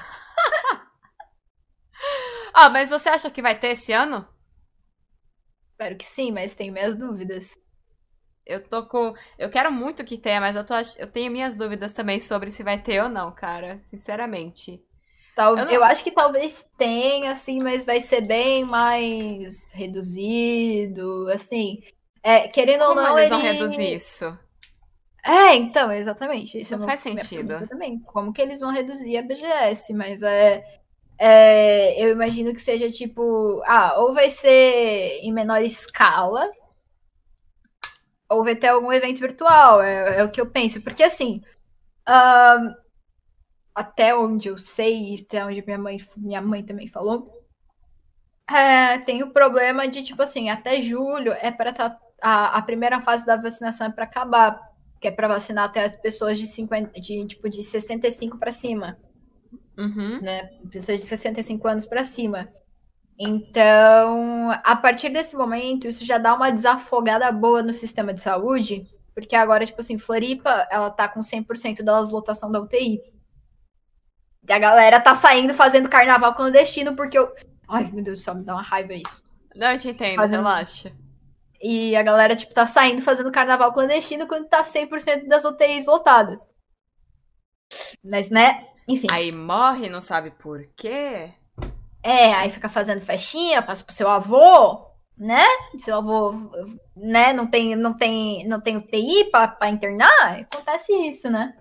Mas você acha que vai ter esse ano? Espero que sim, mas tenho minhas dúvidas. Eu quero muito que tenha, mas eu tenho minhas dúvidas também sobre se vai ter ou não, cara. Sinceramente. Eu acho que talvez tenha, assim, mas vai ser bem mais reduzido, assim. Querendo Como ou não, eles vão reduzir isso? Então, exatamente. Isso Não é faz minha sentido. pergunta também. Como que eles vão reduzir a BGS? Mas eu imagino que seja tipo, ou vai ser em menor escala, ou vai ter algum evento virtual. É o que eu penso. Porque assim, até onde eu sei, até onde minha mãe também falou, tem o problema de, tipo assim, até julho é para a primeira fase da vacinação é para acabar, que é para vacinar até as pessoas de 65 para cima. Uhum. Né? Pessoas de 65 anos para cima. Então, a partir desse momento, isso já dá uma desafogada boa no sistema de saúde, porque agora, tipo assim, Floripa, ela tá com 100% da lotação da UTI. E a galera tá saindo fazendo carnaval clandestino, porque eu... Ai, meu Deus do céu, me dá uma raiva isso. Não, eu te entendo, relaxa. E a galera, tipo, tá saindo fazendo carnaval clandestino quando tá 100% das UTIs lotadas. Mas, né, enfim. Aí morre, não sabe por quê? Aí fica fazendo festinha, passa pro seu avô, né? Seu avô, né, não tem UTI pra internar. Acontece isso, né?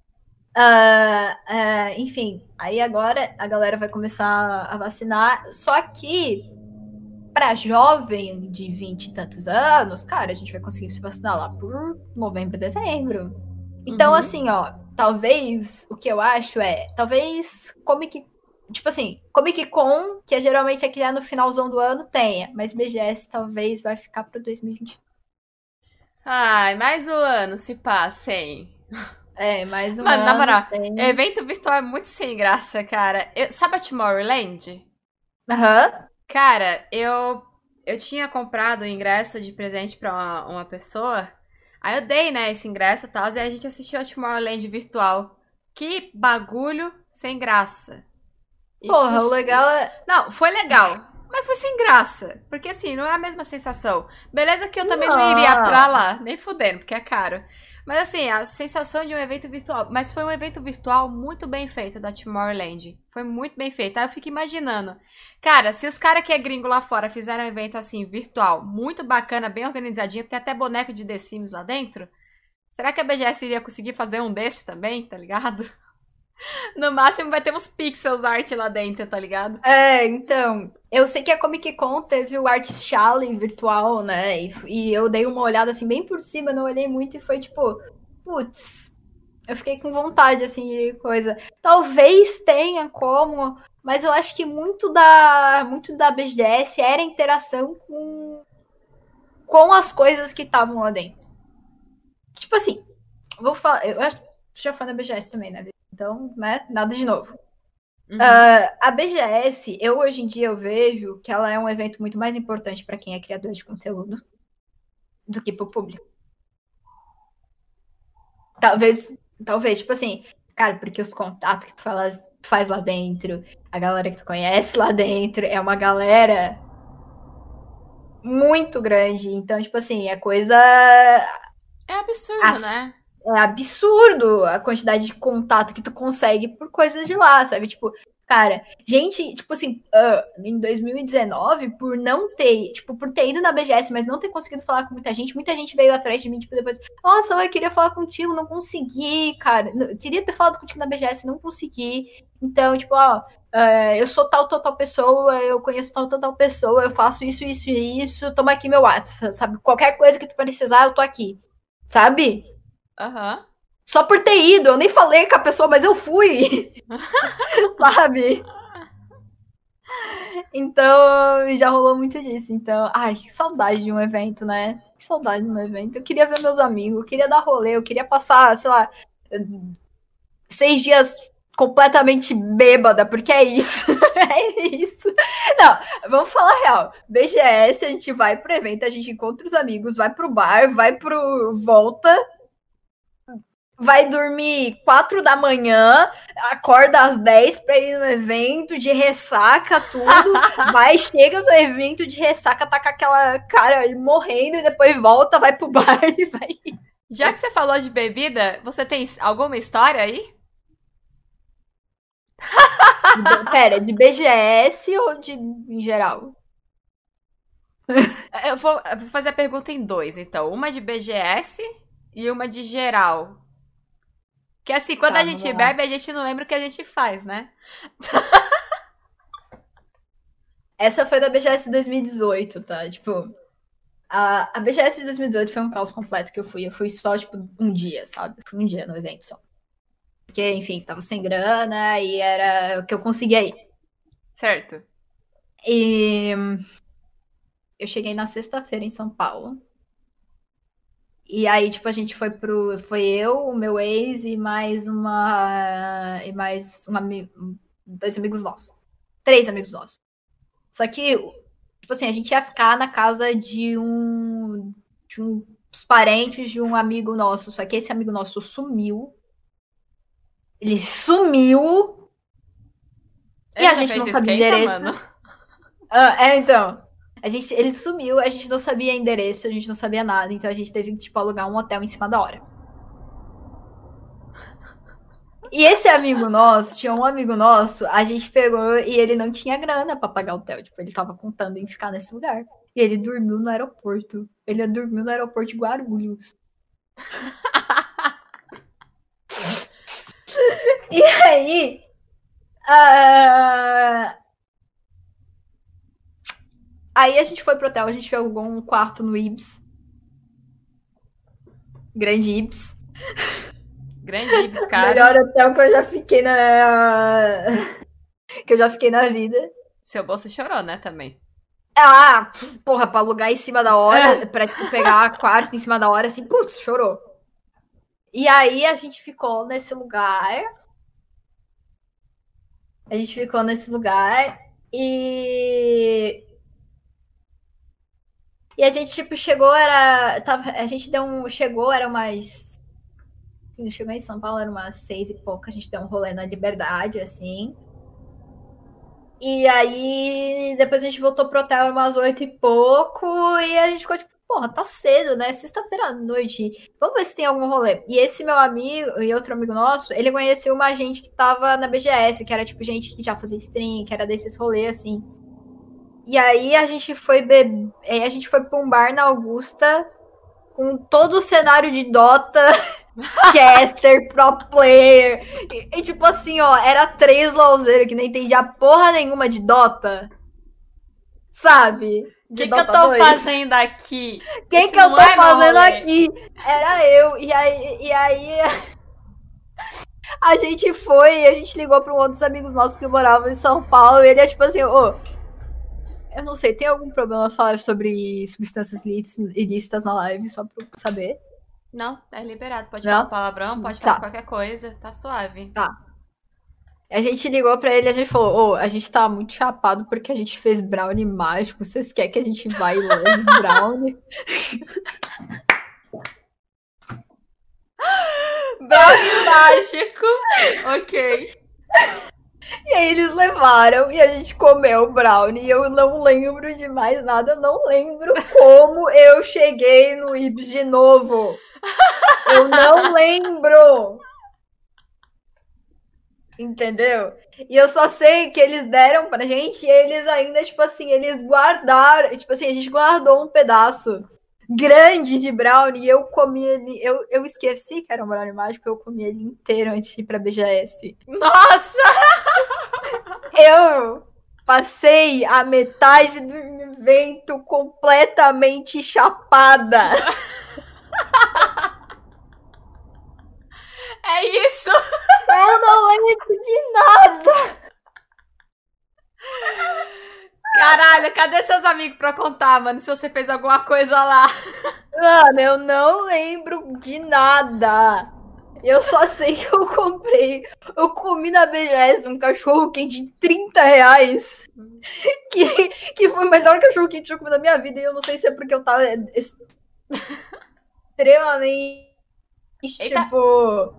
Enfim, aí agora a galera vai começar a vacinar, só que para jovem de 20 e tantos anos, cara, a gente vai conseguir se vacinar lá por novembro, dezembro. Então, assim, ó, talvez, o que eu acho talvez Comic Con, que geralmente é criar no finalzão do ano, tenha, mas BGS talvez vai ficar pro 2020. Ai, mais um ano se passa, hein? Mais um Mano, ano. Na moral, evento virtual é muito sem graça, cara. Sabe a Tomorrowland? Aham. Cara, eu tinha comprado o ingresso de presente pra uma pessoa. Aí eu dei, né, esse ingresso e tal, e a gente assistiu a Tomorrowland virtual. Que bagulho sem graça. Porra, o legal é... Não, foi legal, mas foi sem graça. Porque assim, não é a mesma sensação. Beleza que eu também não iria pra lá, nem fudendo, porque é caro. Mas assim, a sensação de um evento virtual. Mas foi um evento virtual muito bem feito da Tomorrowland. Foi muito bem feito. Aí eu fico imaginando. Cara, se os caras que é gringo lá fora fizeram um evento assim, virtual, muito bacana, bem organizadinho, tem até boneco de The Sims lá dentro. Será que a BGS iria conseguir fazer um desse também, tá ligado? No máximo vai ter uns pixels art lá dentro, tá ligado? Então, eu sei que a Comic Con teve o Artist Challenge virtual, né? E eu dei uma olhada assim bem por cima, não olhei muito e foi tipo, putz, eu fiquei com vontade assim de coisa. Talvez tenha como, mas eu acho que muito da BGS era interação com as coisas que estavam lá dentro. Tipo assim, vou falar, eu acho que já foi na BGS também, né? Então, né, nada de novo. A BGS, hoje em dia eu vejo que ela é um evento muito mais importante para quem é criador de conteúdo do que para o público. Talvez, tipo assim, cara, porque os contatos que tu faz lá dentro, a galera que tu conhece lá dentro, é uma galera muito grande. Então, tipo assim, é coisa... É absurdo, né? É absurdo a quantidade de contato que tu consegue por coisas de lá, sabe? Tipo, cara, gente, tipo assim, em 2019, por ter ido na BGS, mas não ter conseguido falar com muita gente veio atrás de mim, tipo, depois, nossa, eu queria falar contigo, não consegui, cara. Eu queria ter falado contigo na BGS, não consegui. Então, tipo, eu sou tal pessoa, eu conheço tal pessoa, eu faço isso, toma aqui meu WhatsApp, sabe? Qualquer coisa que tu precisar, eu tô aqui, sabe? Aham. Só por ter ido, eu nem falei com a pessoa, mas eu fui. Sabe? Então, já rolou muito disso. Então, ai, que saudade de um evento, né? Que saudade de um evento. Eu queria ver meus amigos, eu queria dar rolê, eu queria passar, sei lá, 6 dias completamente bêbada, porque é isso. É isso. Não, vamos falar real. BGS, a gente vai pro evento, a gente encontra os amigos, vai pro bar, vai pro volta, vai dormir 4 da manhã, acorda às 10 pra ir no evento de ressaca, tudo. Vai, chega no evento de ressaca, tá com aquela cara morrendo e depois volta, vai pro bar e vai. Já que você falou de bebida, você tem alguma história aí? Pera, de BGS ou de em geral? Eu vou fazer a pergunta em 2, então. Uma de BGS e uma de geral. Que assim, quando Tá, a gente bebe, a gente não lembra o que a gente faz, né? Essa foi da BGS 2018, tá? Tipo, a BGS de 2018 foi um caos completo que eu fui. Eu fui só, tipo, um dia, sabe? Eu fui um dia no evento só. Porque, enfim, tava sem grana e era o que eu conseguia ir. Certo. E eu cheguei na sexta-feira em São Paulo. E aí, tipo, a gente foi pro. Foi eu, o meu ex e mais uma. E mais um amigo. 2 amigos nossos. 3 amigos nossos. Só que, tipo assim, a gente ia ficar na casa de uns parentes de um amigo nosso. Só que esse amigo nosso sumiu. Ele sumiu. Ele e a gente não sabia endereço. Mano. Então. Ele sumiu, a gente não sabia endereço, a gente não sabia nada, então a gente teve que, tipo, alugar um hotel em cima da hora. E esse amigo nosso, tinha um amigo nosso, a gente pegou e ele não tinha grana pra pagar o hotel. Tipo, ele tava contando em ficar nesse lugar. E ele dormiu no aeroporto. Ele dormiu no aeroporto de Guarulhos. E aí... Aí a gente foi pro hotel, a gente alugou um quarto no Ibis. Grande Ibis. Grande Ibis, cara. Melhor hotel que eu já fiquei que eu já fiquei na vida. Seu bolso chorou, né, também? Ah, porra, pra alugar em cima da hora, pra tipo, pegar a quarto em cima da hora, assim, putz, chorou. E aí a gente ficou nesse lugar. A gente ficou nesse lugar e... E a gente, tipo, chegou, a gente deu um... Chegou, era umas... Chegou em São Paulo, era umas 6 e pouco, a gente deu um rolê na Liberdade, assim. E aí, depois a gente voltou pro hotel, umas 8 e pouco, e a gente ficou tipo, porra, tá cedo, né? Sexta-feira à noite, vamos ver se tem algum rolê. E esse meu amigo e outro amigo nosso, ele conheceu uma gente que tava na BGS, que era tipo gente que já fazia stream, que era desses rolês, assim. E aí a gente foi a gente foi pra um bar na Augusta com todo o cenário de Dota, caster, pro player. E tipo assim, ó, era 3 lauzeiros que não entendia porra nenhuma de Dota. Sabe? O que eu tô fazendo aqui? O que eu tô fazendo aqui? Era eu. E aí a gente foi, a gente ligou pra um outro amigos nossos que moravam em São Paulo. E ele é tipo assim, eu não sei, tem algum problema falar sobre substâncias ilícitas na live, só pra eu saber? Não, é liberado. Pode falar palavrão, pode falar qualquer coisa, tá suave. Tá. A gente ligou pra ele e a gente falou, a gente tá muito chapado porque a gente fez brownie mágico, vocês querem que a gente vá e leve brownie? Brownie mágico! Ok. E aí eles levaram e a gente comeu o brownie. E eu não lembro de mais nada. Eu não lembro como eu cheguei no Ibis de novo. Eu não lembro. Entendeu? E eu só sei que eles deram pra gente e eles ainda, tipo assim, eles guardaram. Tipo assim, a gente guardou um pedaço grande de brownie e eu comi ele. Eu esqueci que era um brownie mágico, eu comi ele inteiro antes de ir pra BGS. Nossa! Eu passei a metade do evento completamente chapada. É isso! Eu não lembro de nada! Caralho, cadê seus amigos pra contar, mano? Se você fez alguma coisa lá. Mano, eu não lembro de nada. Eu só sei que eu comprei. Eu comi na BGS um cachorro quente de 30 reais. Que foi o melhor cachorro quente que eu comi na minha vida. E eu não sei se é porque eu tava extremamente. Eita. Tipo.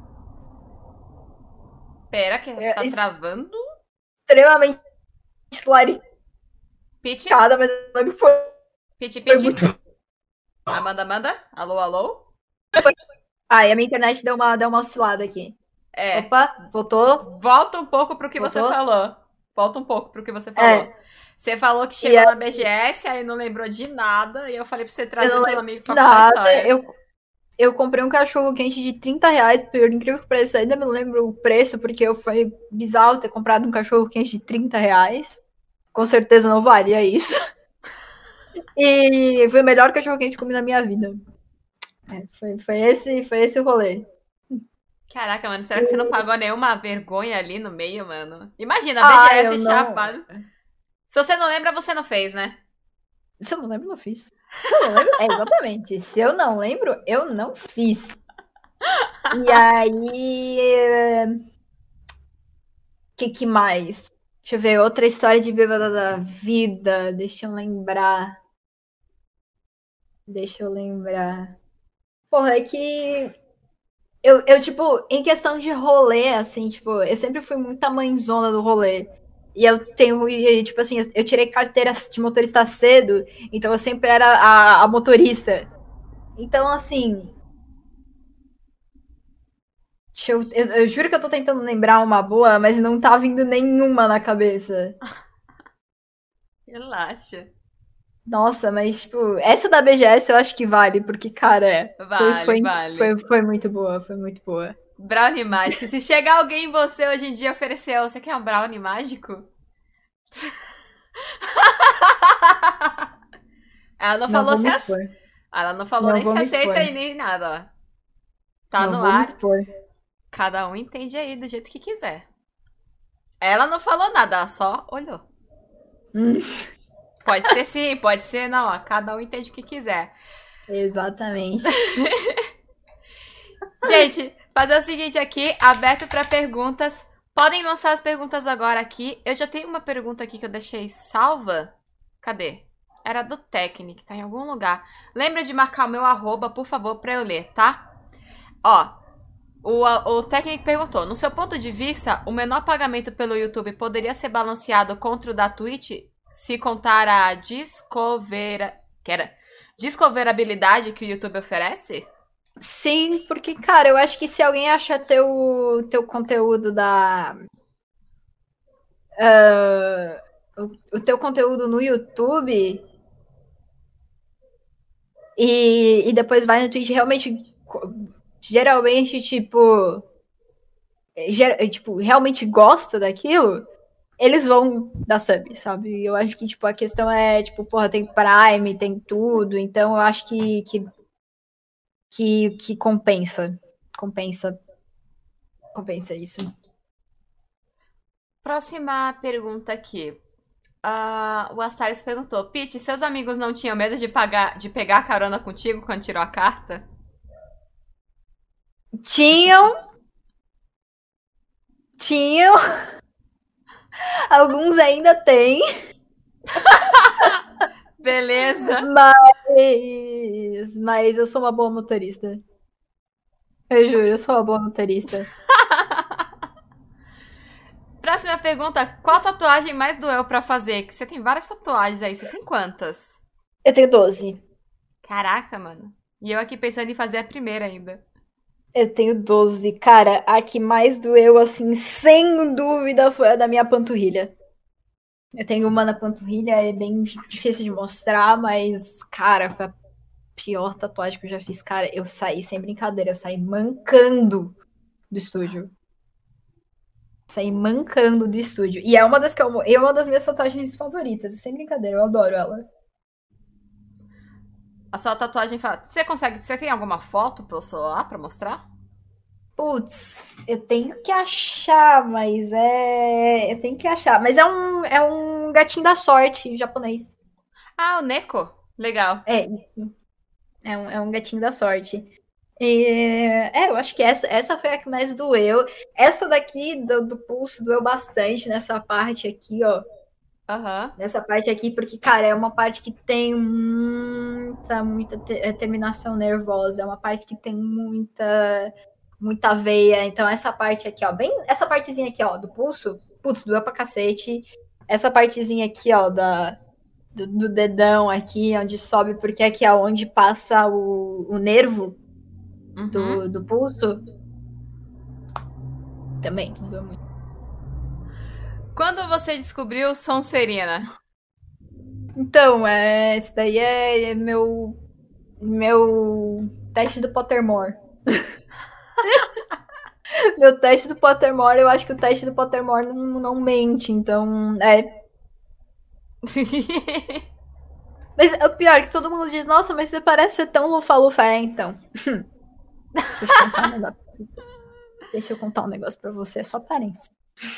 Pera, que tá travando. Extremamente laricada, Pete? mas eu lembro que foi Pete. muito. Amanda? Alô? Ai, a minha internet deu uma oscilada aqui. É. Opa, voltou? Volta um pouco pro que você falou. Você falou que chegou na BGS, aí não lembrou de nada, e eu falei pra você trazer seus amigos pra contar a história. Eu comprei um cachorro quente de 30 reais, por incrível que pareça, ainda me lembro o preço, porque foi bizarro ter comprado um cachorro quente de 30 reais. Com certeza não valia isso. E foi o melhor cachorro quente que comi na minha vida. Foi esse o rolê. Caraca, mano, será que você não pagou nenhuma vergonha ali no meio, mano? Imagina, a BGS chapado. Se você não lembra, você não fez, né? Se eu não lembro, não fiz. Se eu não lembro, exatamente. Se eu não lembro, eu não fiz. E aí. Que mais? Deixa eu ver, outra história de bêbada da vida. Deixa eu lembrar. Porra, é que. Eu, tipo, em questão de rolê, assim, tipo, eu sempre fui muita mãezona do rolê. E eu tenho, tipo assim, eu tirei carteira de motorista cedo, então eu sempre era a motorista. Então, assim. Eu juro que eu tô tentando lembrar uma boa, mas não tá vindo nenhuma na cabeça. Relaxa. Nossa, mas, tipo, essa da BGS eu acho que vale, porque, cara, vale. Foi muito boa, foi muito boa. Brownie mágico. Se chegar alguém em você hoje em dia e oferecer, você quer um brownie mágico? Ela não falou se ela não falou nem se aceita e nem nada, ó. Tá no ar. Cada um entende aí do jeito que quiser. Ela não falou nada, ela só olhou. Pode ser sim, pode ser não, ó. Cada um entende o que quiser. Exatamente. Gente, fazer o seguinte aqui, aberto para perguntas. Podem lançar as perguntas agora aqui. Eu já tenho uma pergunta aqui que eu deixei salva. Cadê? Era do técnico, tá em algum lugar. Lembra de marcar o meu @, por favor, pra eu ler, tá? Ó, o técnico perguntou, no seu ponto de vista, o menor pagamento pelo YouTube poderia ser balanceado contra o da Twitch se contar a descoverabilidade que o YouTube oferece? Sim, porque, cara, eu acho que se alguém acha teu conteúdo o teu conteúdo no YouTube e depois vai no Twitch, geralmente, tipo, realmente gosta daquilo, eles vão dar sub, sabe? Eu acho que, tipo, a questão é, tipo, porra, tem Prime, tem tudo, então eu acho que compensa. Compensa isso. Próxima pergunta aqui. O Astaris perguntou, Pete, seus amigos não tinham medo de pegar carona contigo quando tirou a carta? Tinham. Alguns ainda têm. Beleza. Mas eu sou uma boa motorista. Eu juro, eu sou uma boa motorista. Próxima pergunta. Qual tatuagem mais doeu pra fazer? Que você tem várias tatuagens aí. Você tem quantas? Eu tenho 12. Caraca, mano. E eu aqui pensando em fazer a primeira ainda. Eu tenho 12. Cara, a que mais doeu, assim, sem dúvida, foi a da minha panturrilha. Eu tenho uma na panturrilha, é bem difícil de mostrar, mas, cara, foi a pior tatuagem que eu já fiz. Cara, eu saí, sem brincadeira, eu saí mancando do estúdio. Saí mancando do estúdio. E é uma das minhas tatuagens favoritas, sem brincadeira, eu adoro ela. A sua tatuagem... Você tem alguma foto pelo celular pra mostrar? Putz, eu tenho que achar, mas é. Eu tenho que achar. Mas é um gatinho da sorte japonês. Ah, o Neko. Legal. É, isso. É um gatinho da sorte. Eu acho que essa foi a que mais doeu. Essa daqui do pulso doeu bastante nessa parte aqui, ó. Aham. Nessa parte aqui, porque, cara, é uma parte que tem muita terminação nervosa. É uma parte que tem muita veia. Então, essa parte aqui, ó, bem. Essa partezinha aqui, ó, do pulso, putz, doeu pra cacete. Essa partezinha aqui, ó, do dedão aqui, onde sobe, porque aqui é onde passa o nervo Uhum. do pulso. Também, doeu muito. Quando você descobriu Sonserina? Então, esse daí é meu teste do Pottermore. Meu teste do Pottermore, eu acho que o teste do Pottermore não mente, então, Mas o pior é que todo mundo diz, nossa, mas você parece ser tão lufa-lufa. Então. Deixa eu contar um negócio pra você, é só aparência.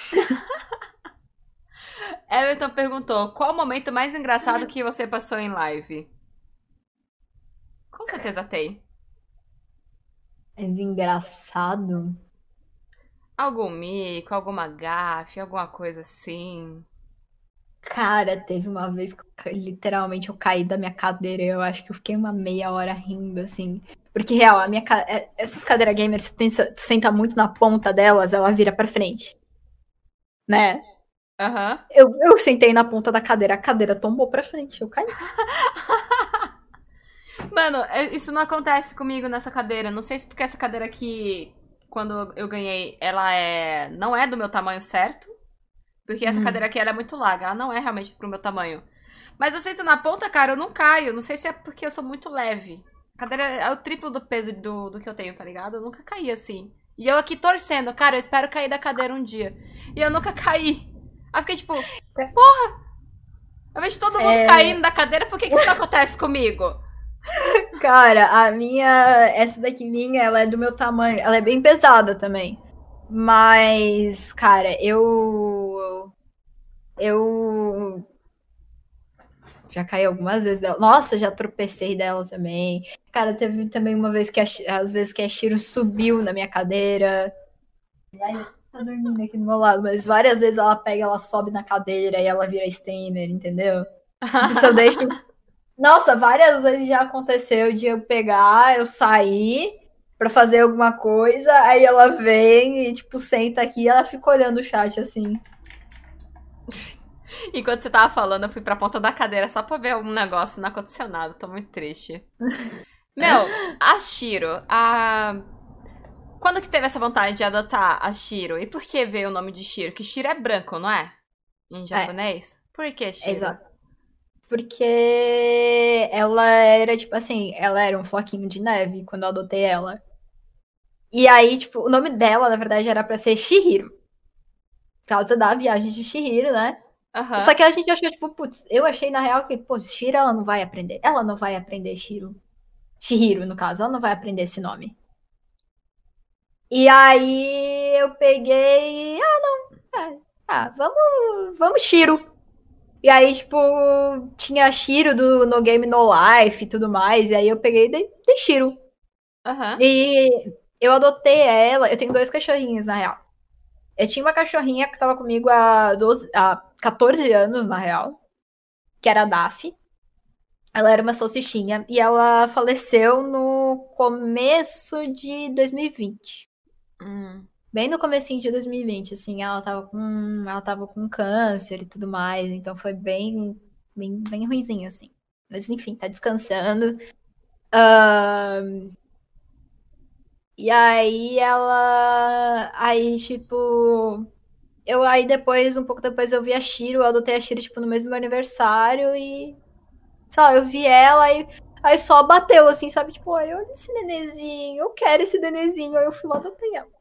Everton perguntou: qual o momento mais engraçado que você passou em live? Com certeza tem. Mas engraçado. Algum mico, alguma gafe, alguma coisa assim. Cara, teve uma vez que literalmente eu caí da minha cadeira. Eu acho que eu fiquei uma meia hora rindo, assim. Porque, real, essas cadeiras gamers, tu senta muito na ponta delas, ela vira pra frente. Né? Aham. Eu sentei na ponta da cadeira, a cadeira tombou pra frente, eu caí. Mano, isso não acontece comigo nessa cadeira. Não sei se porque essa cadeira aqui, quando eu ganhei, ela não é do meu tamanho certo. Porque essa cadeira aqui ela é muito larga, ela não é realmente pro meu tamanho. Mas eu sento na ponta, cara, eu não caio. Não sei se é porque eu sou muito leve. A cadeira é o triplo do peso do que eu tenho, tá ligado? Eu nunca caí assim. E eu aqui torcendo, cara, eu espero cair da cadeira um dia. E eu nunca caí. Aí eu fiquei tipo, porra! Eu vejo todo mundo caindo da cadeira, por que isso não acontece comigo? Cara, essa daqui minha, ela é do meu tamanho, ela é bem pesada também. Mas, cara, eu já caí algumas vezes dela. Nossa, já tropecei dela também. Cara, teve também uma vez que às vezes que a Shiro subiu na minha cadeira. Ai, tá dormindo aqui do meu lado, mas várias vezes ela pega, ela sobe na cadeira e ela vira streamer, entendeu? Tipo, eu deixo. Nossa, várias vezes já aconteceu de eu pegar, eu sair pra fazer alguma coisa, aí ela vem e, tipo, senta aqui e ela fica olhando o chat assim. Enquanto você tava falando, eu fui pra ponta da cadeira só pra ver algum negócio, não aconteceu nada, tô muito triste. Meu, a Shiro, quando que teve essa vontade de adotar a Shiro? E por que veio o nome de Shiro? Que Shiro é branco, não é? Em japonês? Por que Shiro? Exato. Porque ela era, tipo assim, ela era um floquinho de neve quando eu adotei ela. E aí, tipo, o nome dela, na verdade, era pra ser Shihiro. Por causa da viagem de Shihiro, né? Aham. Só que a gente achou, tipo, putz, eu achei na real que, pô, Shiro ela não vai aprender. Ela não vai aprender Shiro. Shihiro, no caso, ela não vai aprender esse nome. E aí eu peguei. Vamos Shiro. E aí, tipo, tinha Shiro No Game No Life e tudo mais. E aí eu peguei e dei Shiro. Aham. E eu adotei ela. Eu tenho 2 cachorrinhos, na real. Eu tinha uma cachorrinha que tava comigo há 14 anos, na real. Que era a Daphne. Ela era uma salsichinha. E ela faleceu no começo de 2020. Bem no comecinho de 2020, assim, ela tava com câncer e tudo mais, então foi bem ruinzinho, assim. Mas enfim, tá descansando. E aí tipo, aí depois, um pouco depois eu vi a Shiro, eu adotei a Shiro, tipo, no mesmo meu aniversário e, sei lá, eu vi ela e aí só bateu, assim, sabe? Tipo, olha esse nenenzinho, eu quero esse nenenzinho, aí eu fui lá e adotei ela.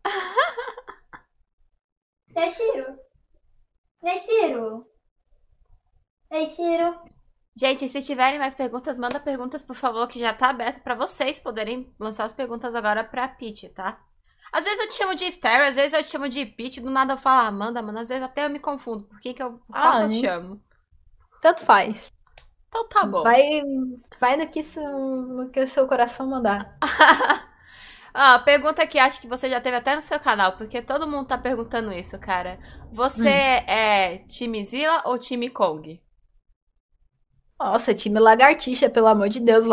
É Shiro. É Shiro. É Shiro. Gente, se tiverem mais perguntas, manda perguntas, por favor, que já tá aberto pra vocês poderem lançar as perguntas agora pra Peach, tá? Às vezes eu te chamo de Esther, às vezes eu te chamo de Pete, do nada eu falo Amanda, mano. Às vezes até eu me confundo. Por que que eu. Qual que eu chamo? Tanto faz. Então tá bom. Vai no que o seu coração mandar. Pergunta que acho que você já teve até no seu canal, porque todo mundo tá perguntando isso, cara. Você é time Zilla ou time Kong? Nossa, time lagartixa, pelo amor de Deus.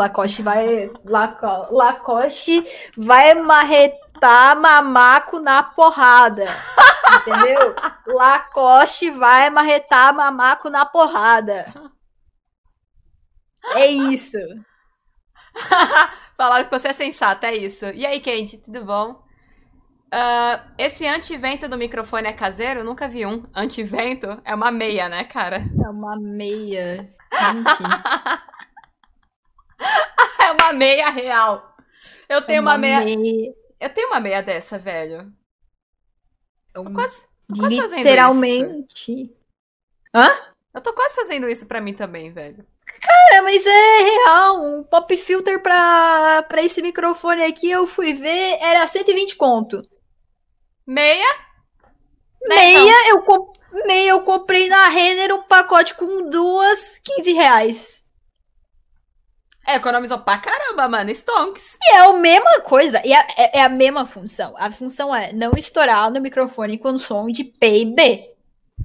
Lacoste vai marretar mamaco na porrada. Entendeu? Lacoste vai marretar mamaco na porrada. É isso. Falaram que você é sensata, é isso. E aí, Kendi, tudo bom? Esse antivento do microfone é caseiro? Eu nunca vi um. Antivento é uma meia, né, cara? É uma meia. Gente. É uma meia real. Eu tenho uma meia. meia. Eu tenho uma meia dessa, velho. Tô quase fazendo literalmente. Hã? Eu tô quase fazendo isso pra mim também, velho. Cara, mas é real. Um pop filter pra esse microfone aqui, eu fui ver, era 120 conto. Meia? Meia eu comprei na Renner um pacote com duas, R$15. Economizou pra caramba, mano. Stonks. E é a mesma coisa. E é a mesma função. A função é não estourar no microfone com som de P e B.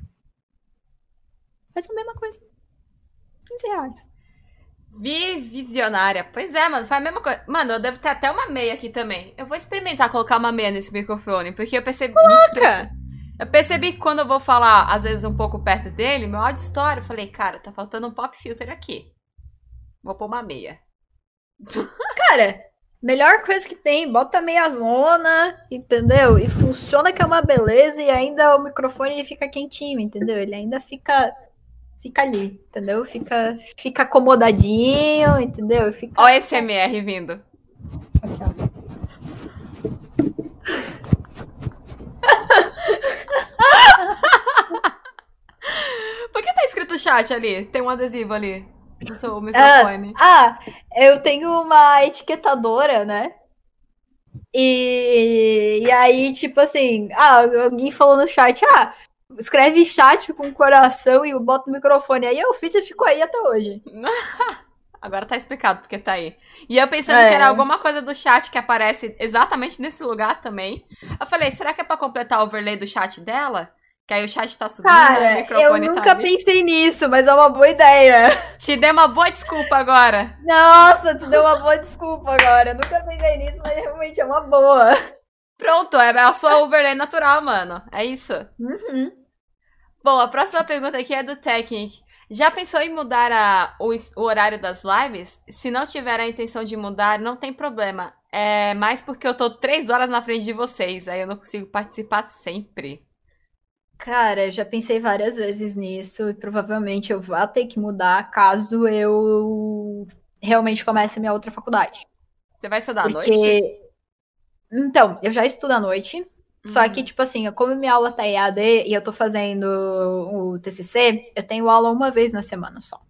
Faz a mesma coisa. R$15. Visionária. Pois é, mano. Faz a mesma coisa. Mano, eu devo ter até uma meia aqui também. Eu vou experimentar colocar uma meia nesse microfone, porque eu percebi... Eu percebi que quando eu vou falar, às vezes, um pouco perto dele, meu áudio estoura. Eu falei, cara, tá faltando um pop filter aqui. Vou pôr uma meia. Cara, melhor coisa que tem, bota meia zona, entendeu? E funciona que é uma beleza e ainda o microfone fica quentinho, entendeu? Ele ainda fica ali, entendeu? Fica acomodadinho, entendeu? Ó o SMR vindo. Aqui, ó. Por que tá escrito chat ali? Tem um adesivo ali no seu microfone. Eu tenho uma etiquetadora, né? E aí, tipo assim, alguém falou no chat, escreve chat com coração e bota o microfone. Aí eu fiz e ficou aí até hoje. Agora tá explicado porque tá aí. E eu pensando que era alguma coisa do chat que aparece exatamente nesse lugar também. Eu falei, será que é pra completar o overlay do chat dela? Que aí o chat tá subindo, cara, o microfone eu nunca tá pensei nisso, mas é uma boa ideia. Te dei uma boa desculpa agora. Nossa, tu deu uma boa desculpa agora. Eu nunca pensei nisso, mas realmente é uma boa. Pronto, é a sua overlay natural, mano. É isso. Uhum. Bom, a próxima pergunta aqui é do Technic. Já pensou em mudar o horário das lives? Se não tiver a intenção de mudar, não tem problema. É mais porque eu tô 3 horas na frente de vocês, aí eu não consigo participar sempre. Cara, eu já pensei várias vezes nisso e provavelmente eu vou ter que mudar caso eu realmente comece a minha outra faculdade. Você vai estudar à noite? Então, eu já estudo à noite, só que, tipo assim, como minha aula tá EAD e eu tô fazendo o TCC, eu tenho aula uma vez na semana só.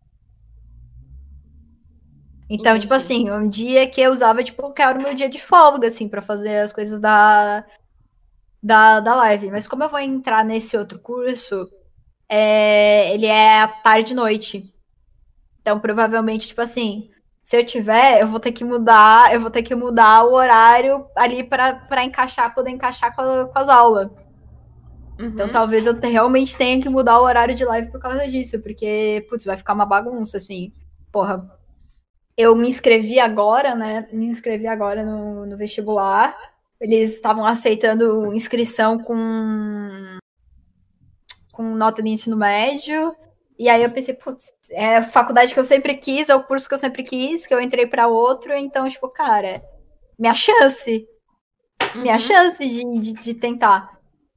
Então, Entendi. tipo assim, um dia que eu usava, tipo, que era o meu dia de folga, assim, pra fazer as coisas da live. Mas como eu vou entrar nesse outro curso, ele é à tarde e noite. Então, provavelmente, tipo assim, se eu tiver, eu vou ter que mudar o horário ali pra poder encaixar com as aulas. Então, talvez eu realmente tenha que mudar o horário de live por causa disso, porque, putz, vai ficar uma bagunça, assim. Porra, eu me inscrevi agora, né? No vestibular. Eles estavam aceitando inscrição com nota de ensino médio. E aí eu pensei, putz, é a faculdade que eu sempre quis, é o curso que eu sempre quis, que eu entrei para outro. Então, tipo, cara, minha chance. Minha chance de tentar.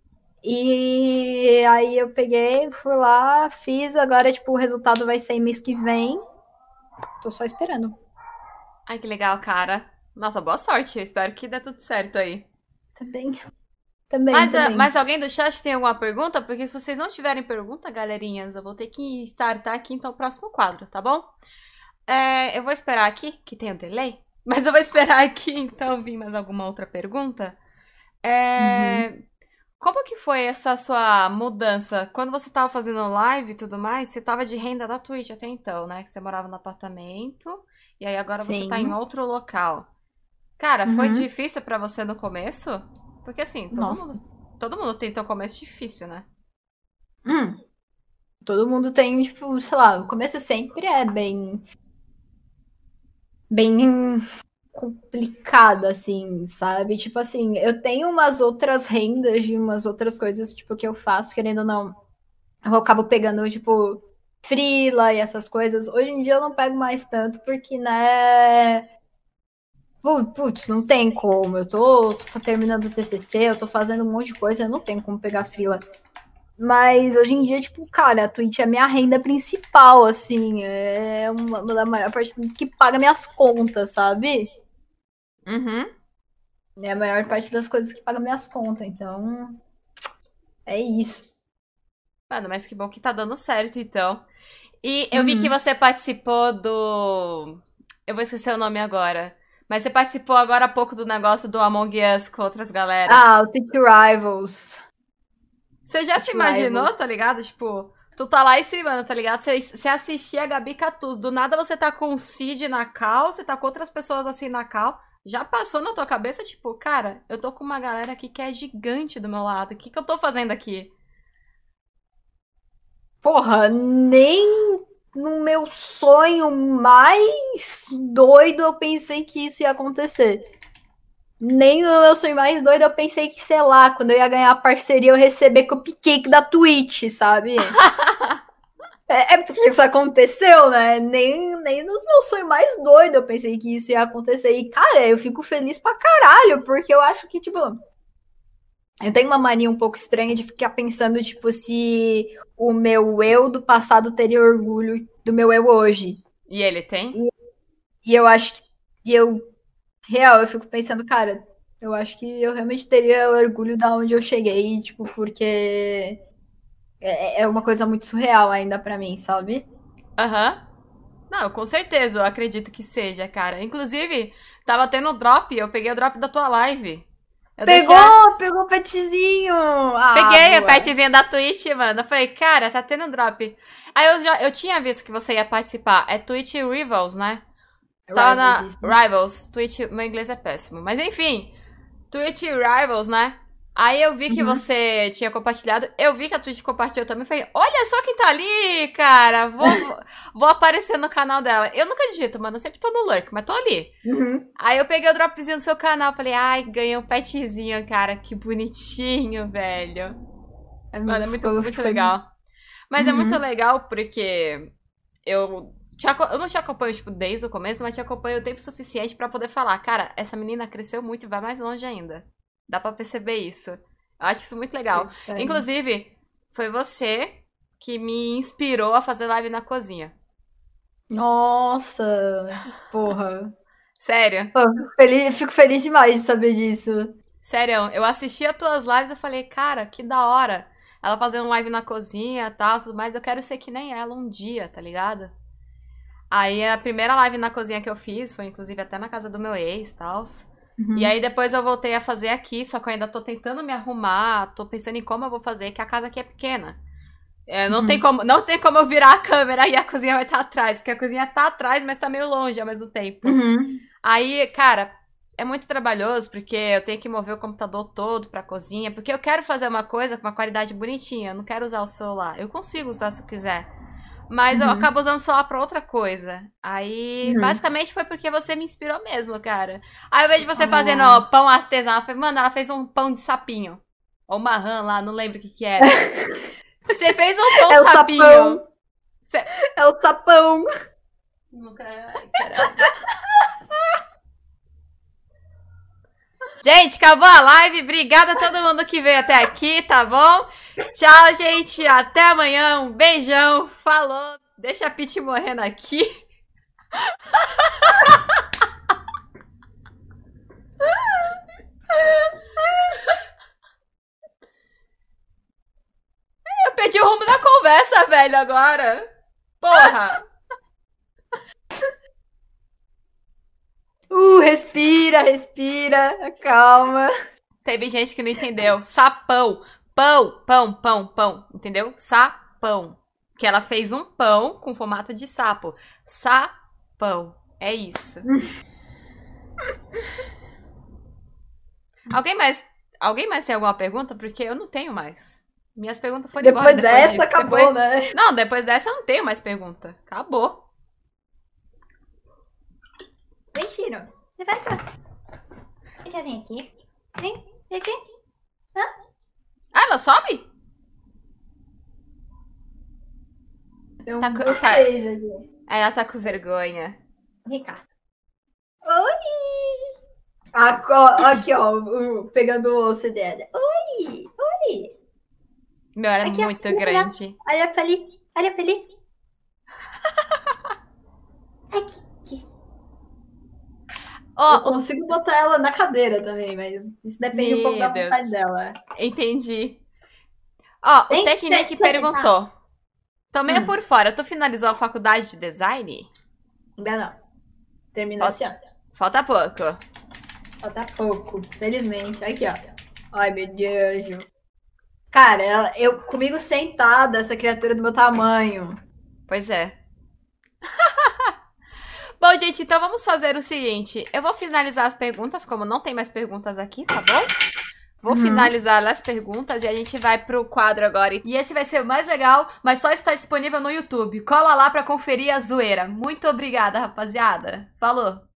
E aí eu peguei, fui lá, fiz. Agora, tipo, o resultado vai sair mês que vem. Tô só esperando. Ai, que legal, cara. Nossa, boa sorte. Eu espero que dê tudo certo aí. Também. Mas alguém do chat tem alguma pergunta? Porque se vocês não tiverem pergunta, galerinhas, eu vou ter que startar aqui então o próximo quadro, tá bom? Eu vou esperar aqui, que tem um delay. Mas eu vou esperar aqui, então, vir mais alguma outra pergunta. É... Uhum. Como que foi essa sua mudança? Quando você tava fazendo live e tudo mais, você tava de renda da Twitch até então, né? Que você morava no apartamento, e aí agora você tá em Sim. outro local. Cara, foi Uhum. difícil pra você no começo? Porque assim, Nossa. todo mundo tem um começo difícil, né? Hum. Todo mundo tem, tipo, sei lá, o começo sempre é bem complicado, assim, sabe? Tipo assim, eu tenho umas outras rendas de umas outras coisas, tipo, que eu faço, querendo ou não. Eu acabo pegando, tipo, freela e essas coisas. Hoje em dia eu não pego mais tanto, porque, né? Putz, não tem como. Eu tô terminando o TCC, eu tô fazendo um monte de coisa, eu não tenho como pegar freela. Mas hoje em dia, tipo, cara, a Twitch é a minha renda principal, assim. É uma da maior parte que paga minhas contas, sabe? Uhum. É a maior parte das coisas que paga minhas contas. Então, é isso. Mano, mas que bom que tá dando certo, então. E eu vi que Uhum. você participou do. Eu vou esquecer o nome agora. Mas você participou agora há pouco do negócio do Among Us com outras Ah, galeras. o Twitch Rivals. Você já se Twitch imaginou, Rivals. tá ligado? Tipo, tu tá lá streamando, tá ligado? Você assistia a Gabi Catuz. Do nada você tá com o Cid na cal, você tá com outras pessoas assim na cal. Já passou na tua cabeça, tipo, cara, eu tô com uma galera aqui que é gigante do meu lado. O que eu tô fazendo aqui? Porra, nem no meu sonho mais doido eu pensei que isso ia acontecer. Nem no meu sonho mais doido eu pensei que, sei lá, quando eu ia ganhar a parceria eu receber cupcake da Twitch, sabe? É porque isso aconteceu, né? Nem nos meus sonhos mais doidos eu pensei que isso ia acontecer. E, cara, eu fico feliz pra caralho, porque eu acho que, tipo, eu tenho uma mania um pouco estranha de ficar pensando, tipo, se o meu eu do passado teria orgulho do meu eu hoje. E ele tem? E eu acho que. E eu, real, eu fico pensando, cara, eu acho que eu realmente teria orgulho da onde eu cheguei, tipo, porque é uma coisa muito surreal ainda pra mim, sabe? Aham. Não, com certeza, eu acredito que seja, cara. Inclusive, tava tendo drop, eu peguei o drop da tua live. Eu deixei a... Pegou o petzinho! Ah, Peguei a boa. petzinha da Twitch, mano. Eu falei, cara, tá tendo drop. Aí eu tinha visto que você ia participar. É Twitch Rivals, né? Você tava Rivals, na isso. Rivals. Twitch, meu inglês é péssimo. Mas enfim, Twitch Rivals, né? Aí eu vi que Uhum. você tinha compartilhado. Eu vi que a Twitch compartilhou também. Falei, olha só quem tá ali, cara. Vou aparecer no canal dela. Eu nunca digito, mano. Eu sempre tô no lurk, mas tô ali. Uhum. Aí eu peguei o dropzinho do seu canal. Falei, ai, ganhei um petzinho, cara. Que bonitinho, velho. Mano, é Eu muito fico feliz. legal. Mas é muito Uhum. legal porque eu não te acompanho, tipo, desde o começo, mas te acompanho o tempo suficiente pra poder falar, cara, essa menina cresceu muito e vai mais longe ainda. Dá pra perceber isso. Eu acho isso muito Eu legal. espero. Inclusive, foi você que me inspirou a fazer live na cozinha. Nossa, porra. Sério. Pô, fico feliz demais de saber disso. Sério, eu assisti as tuas lives e falei, cara, que da hora. Ela fazendo live na cozinha e tal, tudo mais, eu quero ser que nem ela um dia, tá ligado? Aí a primeira live na cozinha que eu fiz foi inclusive até na casa do meu ex e tal. E aí Uhum. depois eu voltei a fazer aqui, só que eu ainda tô tentando me arrumar, tô pensando em como eu vou fazer, que a casa aqui é pequena. É, Uhum. não tem como eu virar a câmera e a cozinha vai estar atrás, porque a cozinha tá atrás, mas tá meio longe ao mesmo tempo. Uhum. Aí, cara, é muito trabalhoso, porque eu tenho que mover o computador todo pra cozinha, porque eu quero fazer uma coisa com uma qualidade bonitinha, eu não quero usar o celular. Eu consigo usar se eu quiser. Mas eu Uhum. acabo usando o celular pra outra coisa. Aí, Uhum. basicamente foi porque você me inspirou mesmo, cara. Aí eu vejo você fazendo, ó, Ah. pão artesanal. Eu falei, mano, ela fez um pão de sapinho. Ou uma rã lá, não lembro o que que era. Você fez um pão É o sapinho. sapão. Você... É o sapão. Nunca... Ai, caralho. Gente, acabou a live. Obrigada a todo mundo que veio até aqui, tá bom? Tchau, gente. Até amanhã. Um beijão. Falou. Deixa a Pete morrendo aqui. Eu perdi o rumo da conversa, velho, agora. Porra. Respira, respira. Calma. Teve gente que não entendeu. Sapão. Pão, pão, pão, pão. Entendeu? Sapão. Que ela fez um pão com formato de sapo. Sapão. É isso. Alguém mais tem alguma pergunta? Porque eu não tenho mais. Minhas perguntas foram embora. Depois dessa, acabou, né? Não, depois dessa eu não tenho mais pergunta. Acabou. Vem, Tiro. Vai só. Você quer vir aqui? Vem aqui. Ah, ela sobe? Tem um Tá bocejo aqui. Ela tá com vergonha. Vem cá. Oi! Aqui, ó, pegando o osso dela. Oi! Meu, ela é Aqui, muito olha, grande. Olha pra ali. Aqui. Ó, Eu consigo botar ela na cadeira também, mas isso depende um pouco da Meu vontade Deus. dela. Entendi. Ó, o Vem, Technique vem, perguntou. Tô meio Hum. por fora. Tu finalizou a faculdade de design? Ainda não. Termina esse ano. Falta pouco. Falta pouco, felizmente. Aqui, ó. Ai, meu Deus. Cara, comigo sentada, essa criatura do meu tamanho. Pois é. Bom, gente, então vamos fazer o seguinte. Eu vou finalizar as perguntas, como não tem mais perguntas aqui, tá bom? Vou finalizar as perguntas e a gente vai pro quadro agora. E esse vai ser o mais legal, mas só está disponível no YouTube. Cola lá pra conferir a zoeira. Muito obrigada, rapaziada. Falou!